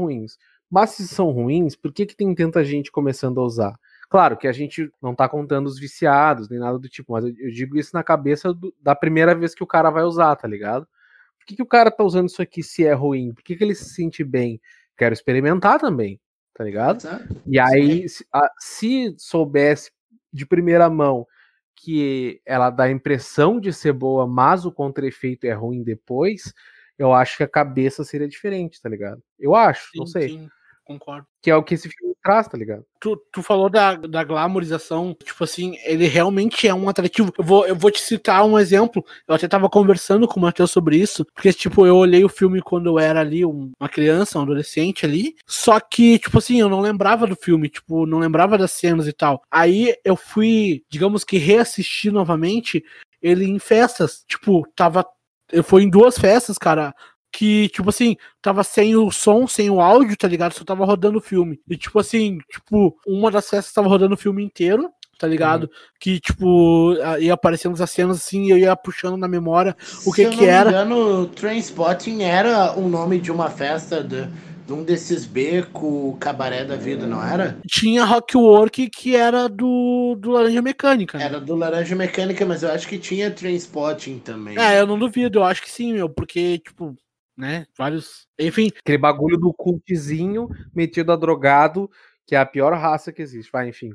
Mas se são ruins, por que tem tanta gente começando a usar? Claro que a gente não tá contando os viciados, nem nada do tipo, mas eu digo isso na cabeça da primeira vez que o cara vai usar, tá ligado? Por que o cara tá usando isso aqui se é ruim? Por que ele se sente bem? Quero experimentar também, tá ligado? Exato. E aí, se soubesse de primeira mão que ela dá a impressão de ser boa, mas o contra-efeito é ruim depois, eu acho que a cabeça seria diferente, tá ligado? Eu acho, não sei. Sim, concordo. Que é o que esse filme traz, tá ligado? Tu falou da glamorização, tipo assim, ele realmente é um atrativo. Eu vou te citar um exemplo. Eu até tava conversando com o Matheus sobre isso, porque, tipo, eu olhei o filme quando eu era ali uma criança, um adolescente ali, só que, tipo assim, eu não lembrava do filme, tipo, não lembrava das cenas e tal. Aí eu fui, digamos que reassistir novamente ele em festas, tipo, eu fui em 2 festas, cara, que, tipo assim, tava sem o som, sem o áudio, tá ligado? Só tava rodando o filme. E, tipo assim, uma das festas tava rodando o filme inteiro, tá ligado? Que, tipo, ia aparecendo as cenas assim, e eu ia puxando na memória o que que era. Se eu não me engano, Trainspotting era o nome de uma festa de um desses beco cabaré da vida, não era? Tinha Rockwork, que era do Laranja Mecânica, né? Era do Laranja Mecânica, mas eu acho que tinha Trainspotting também. Eu não duvido, eu acho que sim, porque, tipo, né, vários... Enfim. Aquele bagulho do cultzinho metido a drogado, que é a pior raça que existe. Vai, enfim.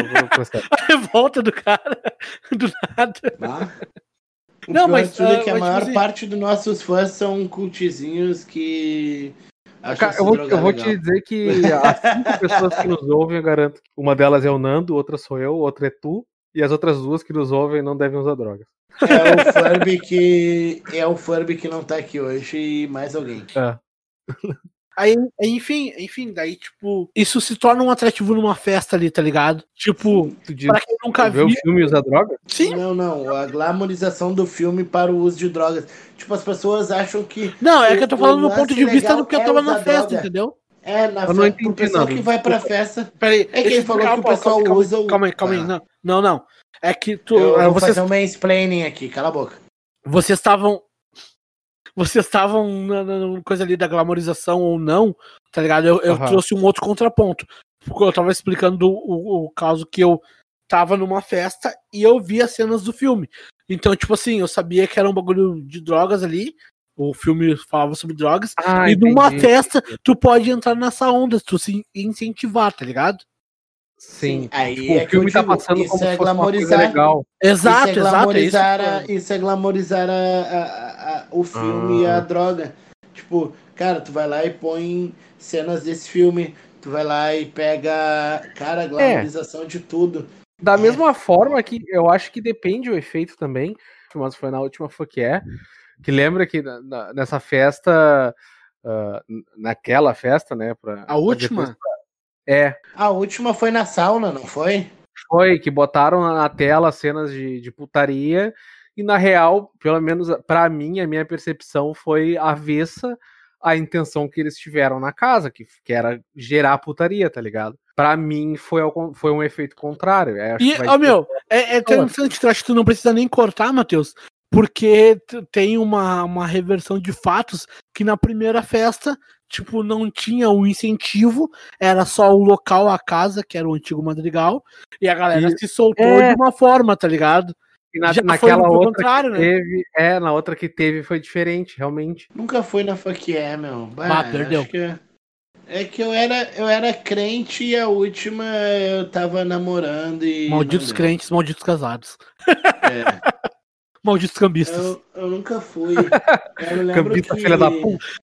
A revolta do cara, do nada. Não, mas que a maior parte dos nossos fãs são cultizinhos que... Eu vou te dizer que as 5 pessoas que nos ouvem, eu garanto que uma delas é o Nando, outra sou eu, outra é tu, e as outras 2 que nos ouvem não devem usar drogas. É o Furby que não tá aqui hoje e mais alguém. Aí, enfim, daí, tipo, isso se torna um atrativo numa festa ali, tá ligado? Tipo, pra quem nunca viu o filme e usa droga? Sim. Não, a glamorização do filme para o uso de drogas. Tipo, as pessoas acham que... Não, é que eu tô falando no ponto de vista do que eu tava na festa, droga. Entendeu? Na festa, o pessoal que vai pra festa... Peraí, é que ele falou que o pessoal usa o... Calma aí, não. É que tu... Eu vou fazer um mansplaining aqui, cala a boca. Vocês estavam na coisa ali da glamorização ou não, tá ligado? Eu trouxe um outro contraponto. Porque eu tava explicando o caso que eu tava numa festa e eu vi as cenas do filme. Então, tipo assim, eu sabia que era um bagulho de drogas ali. O filme falava sobre drogas. E numa festa, tu pode entrar nessa onda, tu se incentivar, tá ligado? Sim, aí tipo, é o que eu filme tá digo, passando isso como é se fosse uma coisa glamorizar. legal. Exato, isso é exato. É isso que eu tô glamorizar, falando. isso é glamorizar o filme e a Ah, droga. Tipo, cara, tu vai lá e põe cenas desse filme, tu vai lá e pega, cara, é, glamorização de tudo. da É mesma forma foda. que eu acho que depende o efeito também, mas foi na última Fuck Yeah, que lembra que nessa festa, naquela festa, né, A pra depois... última? A última foi na sauna, não foi? Foi que botaram na tela cenas de putaria e na real, pelo menos pra mim, a minha percepção foi avessa à intenção que eles tiveram na casa, que era gerar putaria, tá ligado? Pra mim foi um efeito contrário. Acho E, que vai ó, meu, é interessante, tu acha que tu não precisa nem cortar, Matheus, porque tem uma reversão de fatos que na primeira festa, tipo, não tinha o incentivo, era só o local, a casa, que era o antigo Madrigal, e a galera E- se soltou é. de uma forma, tá ligado? E Já naquela foi o outra contrário, que né? teve, na outra que teve foi diferente, realmente. Nunca foi na Fuck Yeah, meu. Bah, Bah, perdeu. acho que é que eu era crente e a última eu tava namorando e não Malditos deu. crentes, malditos casados. É, Malditos cambistas. eu nunca fui. Eu me lembro Cambista, filha da que puta.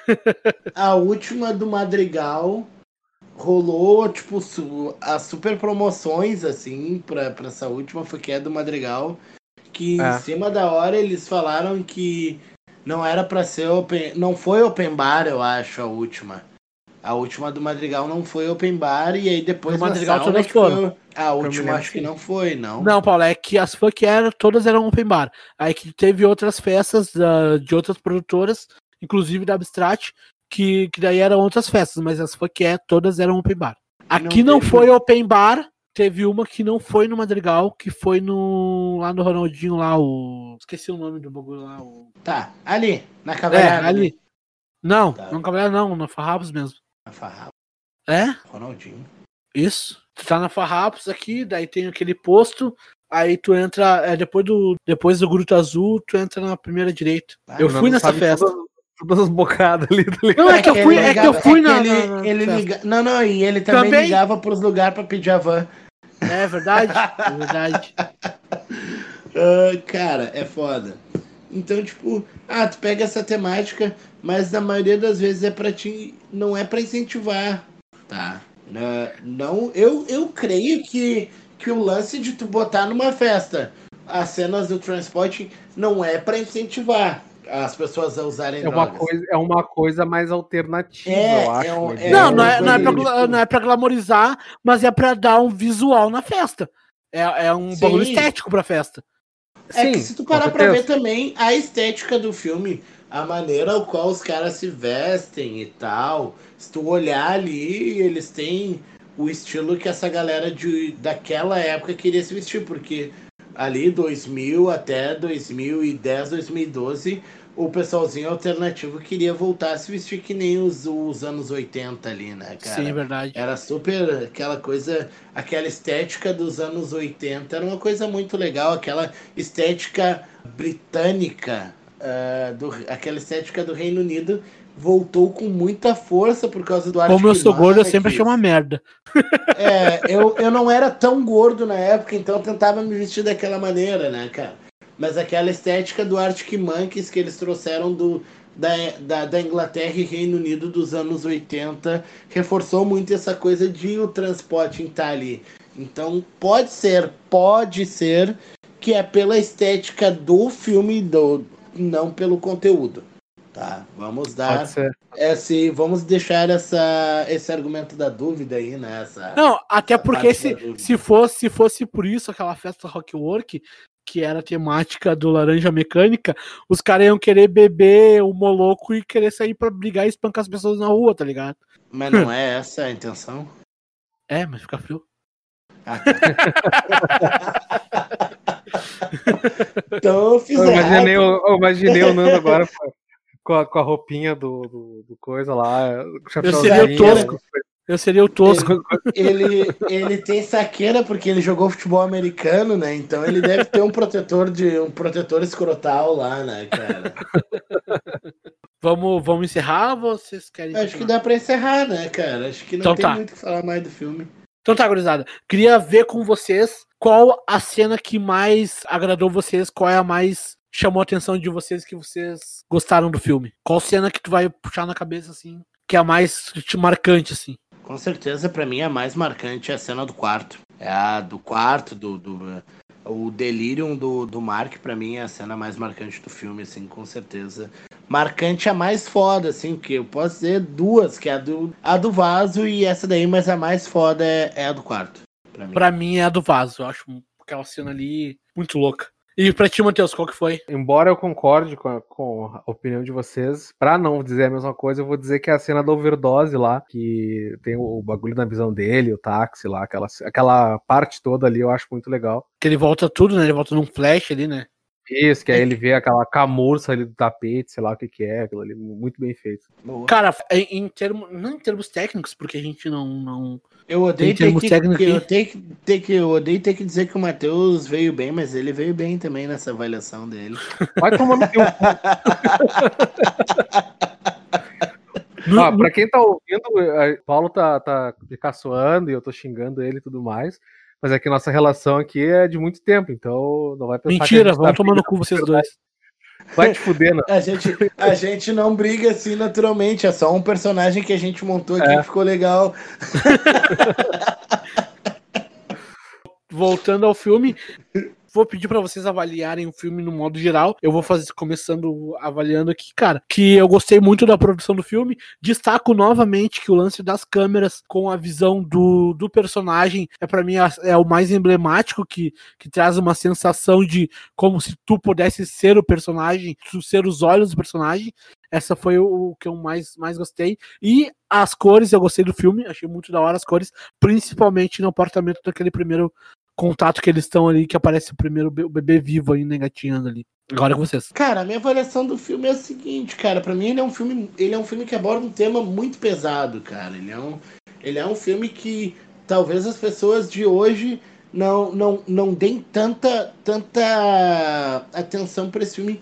a última do Madrigal rolou, tipo, as super promoções, assim, pra essa última, foi que é do Madrigal, que em É. cima da hora eles falaram que não era pra ser não foi open bar, eu acho, a última. A última do Madrigal não foi open bar, e aí Do depois na Madrigal sauna todas que foram. foi. A me última lembro, acho que sim. não foi, não. Não, Paulo, é que as funk todas eram open bar. Aí que teve outras festas de outras produtoras, inclusive da Abstract, que daí eram outras festas, mas as funk todas eram open bar. Aqui não teve- foi open bar, teve uma que não foi no Madrigal, que foi lá no Ronaldinho lá, esqueci o nome do bagulho lá, Tá, ali, na cavalhada ali. ali. Não, Tá. não Cavalhar não, na Farrapos mesmo. Na Farrapos, É? Ronaldinho. Isso. Tu tá na Farrapos aqui, daí tem aquele posto, aí tu entra, depois do Gruta Azul, tu entra na primeira direita. Ah, Eu O fui Nando nessa sabe festa. Todas as bocadas ali, tá ligado? Não, é que eu fui na ele festa. liga... Não, e ele também ligava pros lugares pra pedir a van. É verdade, é verdade. Cara, é foda. Então, tipo, tu pega essa temática, mas na maioria das vezes é pra ti, não é pra incentivar, tá? Não, eu creio que o lance de tu botar numa festa as cenas do transporte não é pra incentivar as pessoas a usarem drogas. É uma coisa mais alternativa, eu acho. Né? Não é pra glamorizar, mas é pra dar um visual na festa. É um bagulho estético pra festa. É que se tu parar pra ver também a estética do filme, a maneira ao qual os caras se vestem e tal, se tu olhar ali, eles têm o estilo que essa galera daquela época queria se vestir, porque ali 2000 até 2010, 2012, o pessoalzinho alternativo queria voltar a se vestir que nem os anos 80 ali, né, cara? Sim, verdade. Era super aquela coisa, aquela estética dos anos 80, era uma coisa muito legal, aquela estética britânica, aquela estética do Reino Unido voltou com muita força por causa do Arctic Como eu sou gordo, eu sempre Monkeys. achei uma merda. Eu não era tão gordo na época, então eu tentava me vestir daquela maneira, né, cara? Mas aquela estética do Arctic Monkeys que eles trouxeram da Inglaterra e Reino Unido dos anos 80 reforçou muito essa coisa de o transporte estar ali. Então pode ser que é pela estética do filme, não pelo conteúdo. Tá, vamos dar vamos deixar esse argumento da dúvida aí, né? Não, até porque se fosse por isso aquela festa Rockwork, que era a temática do Laranja Mecânica, os caras iam querer beber o moloco e querer sair pra brigar e espancar as pessoas na rua, tá ligado? Mas não é essa a intenção? Mas fica frio. Tá. Então eu fiz eu imaginei o Nando agora com a roupinha do coisa lá. Eu seria o tosco. Ele tem saqueira porque ele jogou futebol americano, né? Então ele deve ter um protetor escrotal lá, né, cara? Vamos encerrar ou vocês querem? Acho que dá pra encerrar, né, cara? Acho que não tem muito o que falar mais do filme. Então tá, gurizada. Queria ver com vocês qual a cena que mais agradou vocês, qual é a mais chamou a atenção de vocês, que vocês gostaram do filme. Qual cena que tu vai puxar na cabeça, assim, que é a mais marcante, assim. Com certeza, pra mim, a mais marcante é a cena do quarto. É a do quarto, o delírio do Mark, pra mim, é a cena mais marcante do filme, assim, com certeza. Marcante a mais foda, assim, porque eu posso dizer duas, que é a do vaso e essa daí, mas a mais foda é a do quarto. Pra mim é a do vaso, eu acho aquela cena ali muito louca. E pra ti, Matheus, qual que foi? Embora eu concorde com a opinião de vocês, pra não dizer a mesma coisa, eu vou dizer que é a cena da overdose lá, que tem o bagulho na visão dele, o táxi lá, aquela parte toda ali eu acho muito legal. Que ele volta tudo, né? Ele volta num flash ali, né? Isso, que aí ele vê aquela camurça ali do tapete, sei lá o que é, aquilo ali, muito bem feito. Cara, não em termos técnicos, porque a gente não eu odeio ter que dizer que o Matheus veio bem, mas ele veio bem também nessa avaliação dele. Vai tomar no teu cu. Pra quem tá ouvindo, o Paulo tá me caçoando e eu tô xingando ele e tudo mais. Mas é que nossa relação aqui é de muito tempo, então não vai pensar. Mentira, vão tomar no cu vocês dois. Vai te fuder, não. A gente não briga assim naturalmente, é só um personagem que a gente montou aqui que ficou legal. Voltando ao filme, vou pedir pra vocês avaliarem o filme no modo geral. Eu vou começando avaliando aqui, cara, que eu gostei muito da produção do filme. Destaco novamente que o lance das câmeras com a visão do personagem pra mim é o mais emblemático, que traz uma sensação de como se tu pudesse ser o personagem, tu ser os olhos do personagem. Essa foi o que eu mais gostei. E as cores, eu gostei do filme, achei muito da hora as cores, principalmente no apartamento daquele primeiro contato que eles estão ali, que aparece o primeiro bebê vivo ainda engatinhando ali. Agora com vocês. Cara, a minha avaliação do filme é a seguinte, cara, pra mim ele é um filme que aborda um tema muito pesado, cara. Ele é um filme que talvez as pessoas de hoje não deem tanta atenção pra esse filme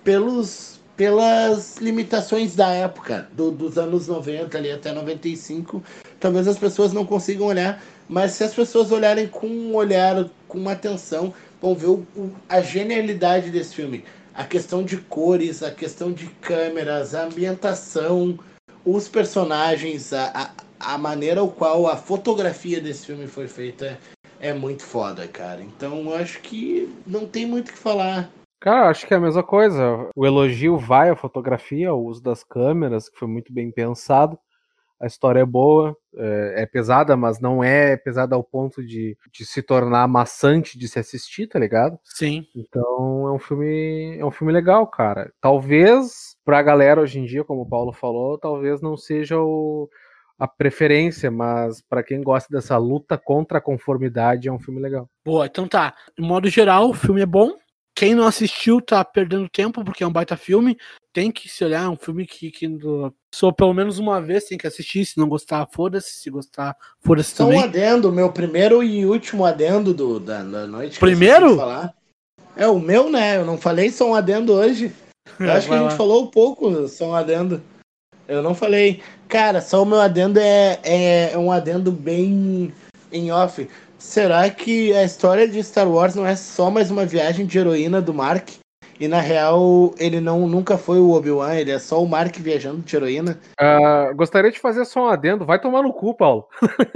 pelas limitações da época, dos anos 90 ali até 95, talvez as pessoas não consigam olhar, mas se as pessoas olharem com um olhar, com uma atenção, vão ver a genialidade desse filme. A questão de cores, a questão de câmeras, a ambientação, os personagens, a maneira ao qual a fotografia desse filme foi feita é muito foda, cara. Então eu acho que não tem muito o que falar. Cara, acho que é a mesma coisa. O elogio vai à fotografia, ao uso das câmeras, que foi muito bem pensado. A história é boa, é pesada, mas não é pesada ao ponto de se tornar maçante de se assistir, tá ligado? Sim. Então é um filme legal, cara. Talvez pra galera hoje em dia, como o Paulo falou, talvez não seja a preferência, mas pra quem gosta dessa luta contra a conformidade, é um filme legal. Boa, então tá. De modo geral, o filme é bom. Quem não assistiu tá perdendo tempo, porque é um baita filme. Tem que se olhar, é um filme que só pelo menos uma vez tem que assistir. Se não gostar, foda-se. Se gostar, foda-se também. Só um adendo, meu primeiro e último adendo da noite. Primeiro? Falar. É o meu, né? Eu não falei só um adendo hoje. Eu acho que a gente falou pouco só um adendo. Eu não falei. Cara, só o meu adendo é um adendo bem em off. Será que a história de Star Wars não é só mais uma viagem de heroína do Mark? E na real, ele nunca foi o Obi-Wan, ele é só o Mark viajando de heroína? Gostaria de fazer só um adendo. Vai tomar no cu, Paulo.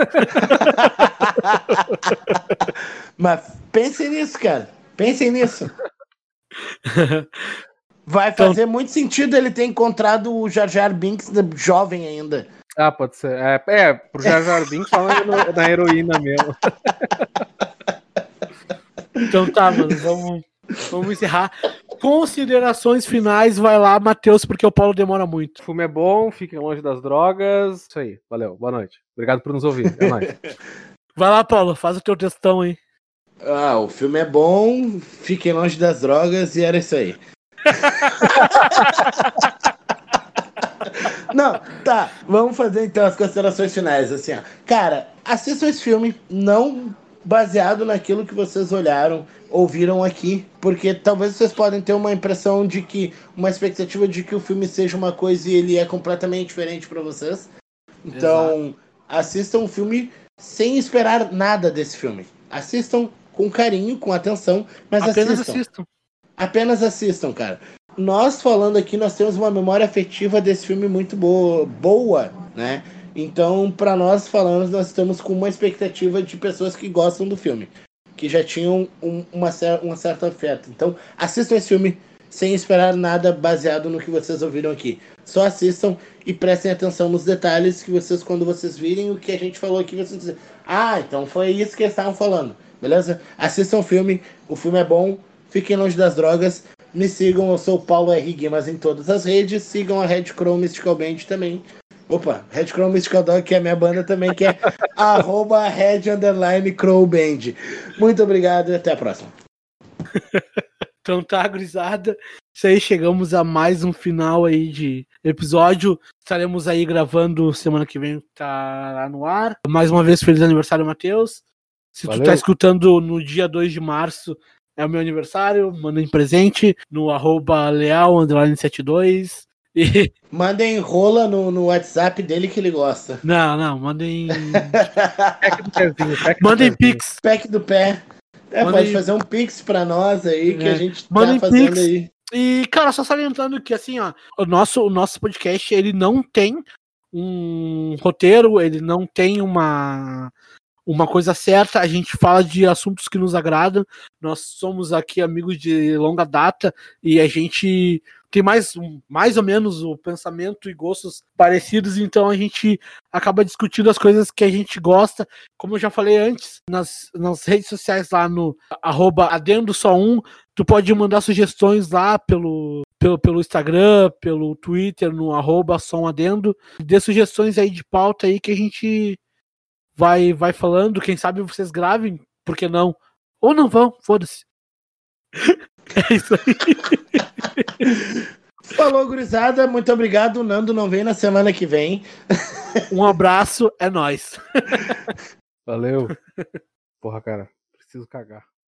Mas pensem nisso, cara. Pensem nisso. Vai fazer muito sentido ele ter encontrado o Jar Jar Binks jovem ainda. Ah, pode ser. Pro Jar Jar Binks falando na heroína mesmo. Então tá, mano, vamos encerrar. Considerações finais, vai lá, Matheus, porque o Paulo demora muito. O filme é bom, fiquem longe das drogas. Isso aí, valeu, boa noite. Obrigado por nos ouvir, é nóis. Vai lá, Paulo, faz o teu textão aí. O filme é bom, fiquem longe das drogas e era isso aí. Não, tá, vamos fazer então as considerações finais, assim, ó. Cara, assistam esse filme, não baseado naquilo que vocês ouviram aqui, porque talvez vocês podem ter uma impressão de que, uma expectativa de que o filme seja uma coisa e ele é completamente diferente pra vocês. Então, assistam o filme sem esperar nada desse filme. Assistam com carinho, com atenção, mas assistam. Apenas assistam, cara. Nós falando aqui, nós temos uma memória afetiva desse filme muito boa, né? Então, para nós falando, nós estamos com uma expectativa de pessoas que gostam do filme, que já tinham um certo afeto. Então, assistam esse filme sem esperar nada baseado no que vocês ouviram aqui. Só assistam e prestem atenção nos detalhes que vocês, quando vocês virem o que a gente falou aqui, vocês dizem, então foi isso que eles estavam falando, beleza? Assistam o filme é bom, fiquem longe das drogas, me sigam, eu sou o Paulo R. Guimas em todas as redes, sigam a Red Crow Mystical Band também. Opa, Red Crow Mystical Dog, que é a minha banda também, que é @Red_Crow Band. Muito obrigado e até a próxima. Então tá, gurizada. Isso aí, chegamos a mais um final aí de episódio. Estaremos aí gravando semana que vem, tá lá no ar. Mais uma vez, feliz aniversário, Matheus. Se Valeu. Tu tá escutando no dia 2 de março, é o meu aniversário, mandem presente no @leal_72. E... Mandem rola no WhatsApp dele que ele gosta. Não, mandem. Mandem Pix. Pack do pé. Pode fazer um Pix pra nós aí, que a gente tá fazendo Pix. Aí. E, cara, só salientando que, assim, ó, o nosso podcast, ele não tem um roteiro, ele não tem uma coisa certa, a gente fala de assuntos que nos agradam, nós somos aqui amigos de longa data e a gente tem mais ou menos o pensamento e gostos parecidos, então a gente acaba discutindo as coisas que a gente gosta. Como eu já falei antes, nas redes sociais lá no @adendo_só1, tu pode mandar sugestões lá pelo Instagram, pelo Twitter, no @somadendo. Dê sugestões aí de pauta aí que a gente vai falando, quem sabe vocês gravem, por que não? Ou não vão, foda-se. É isso aí. Falou, gurizada, muito obrigado. O Nando não vem na semana que vem. Um abraço, é nóis. Valeu. Porra, cara, preciso cagar.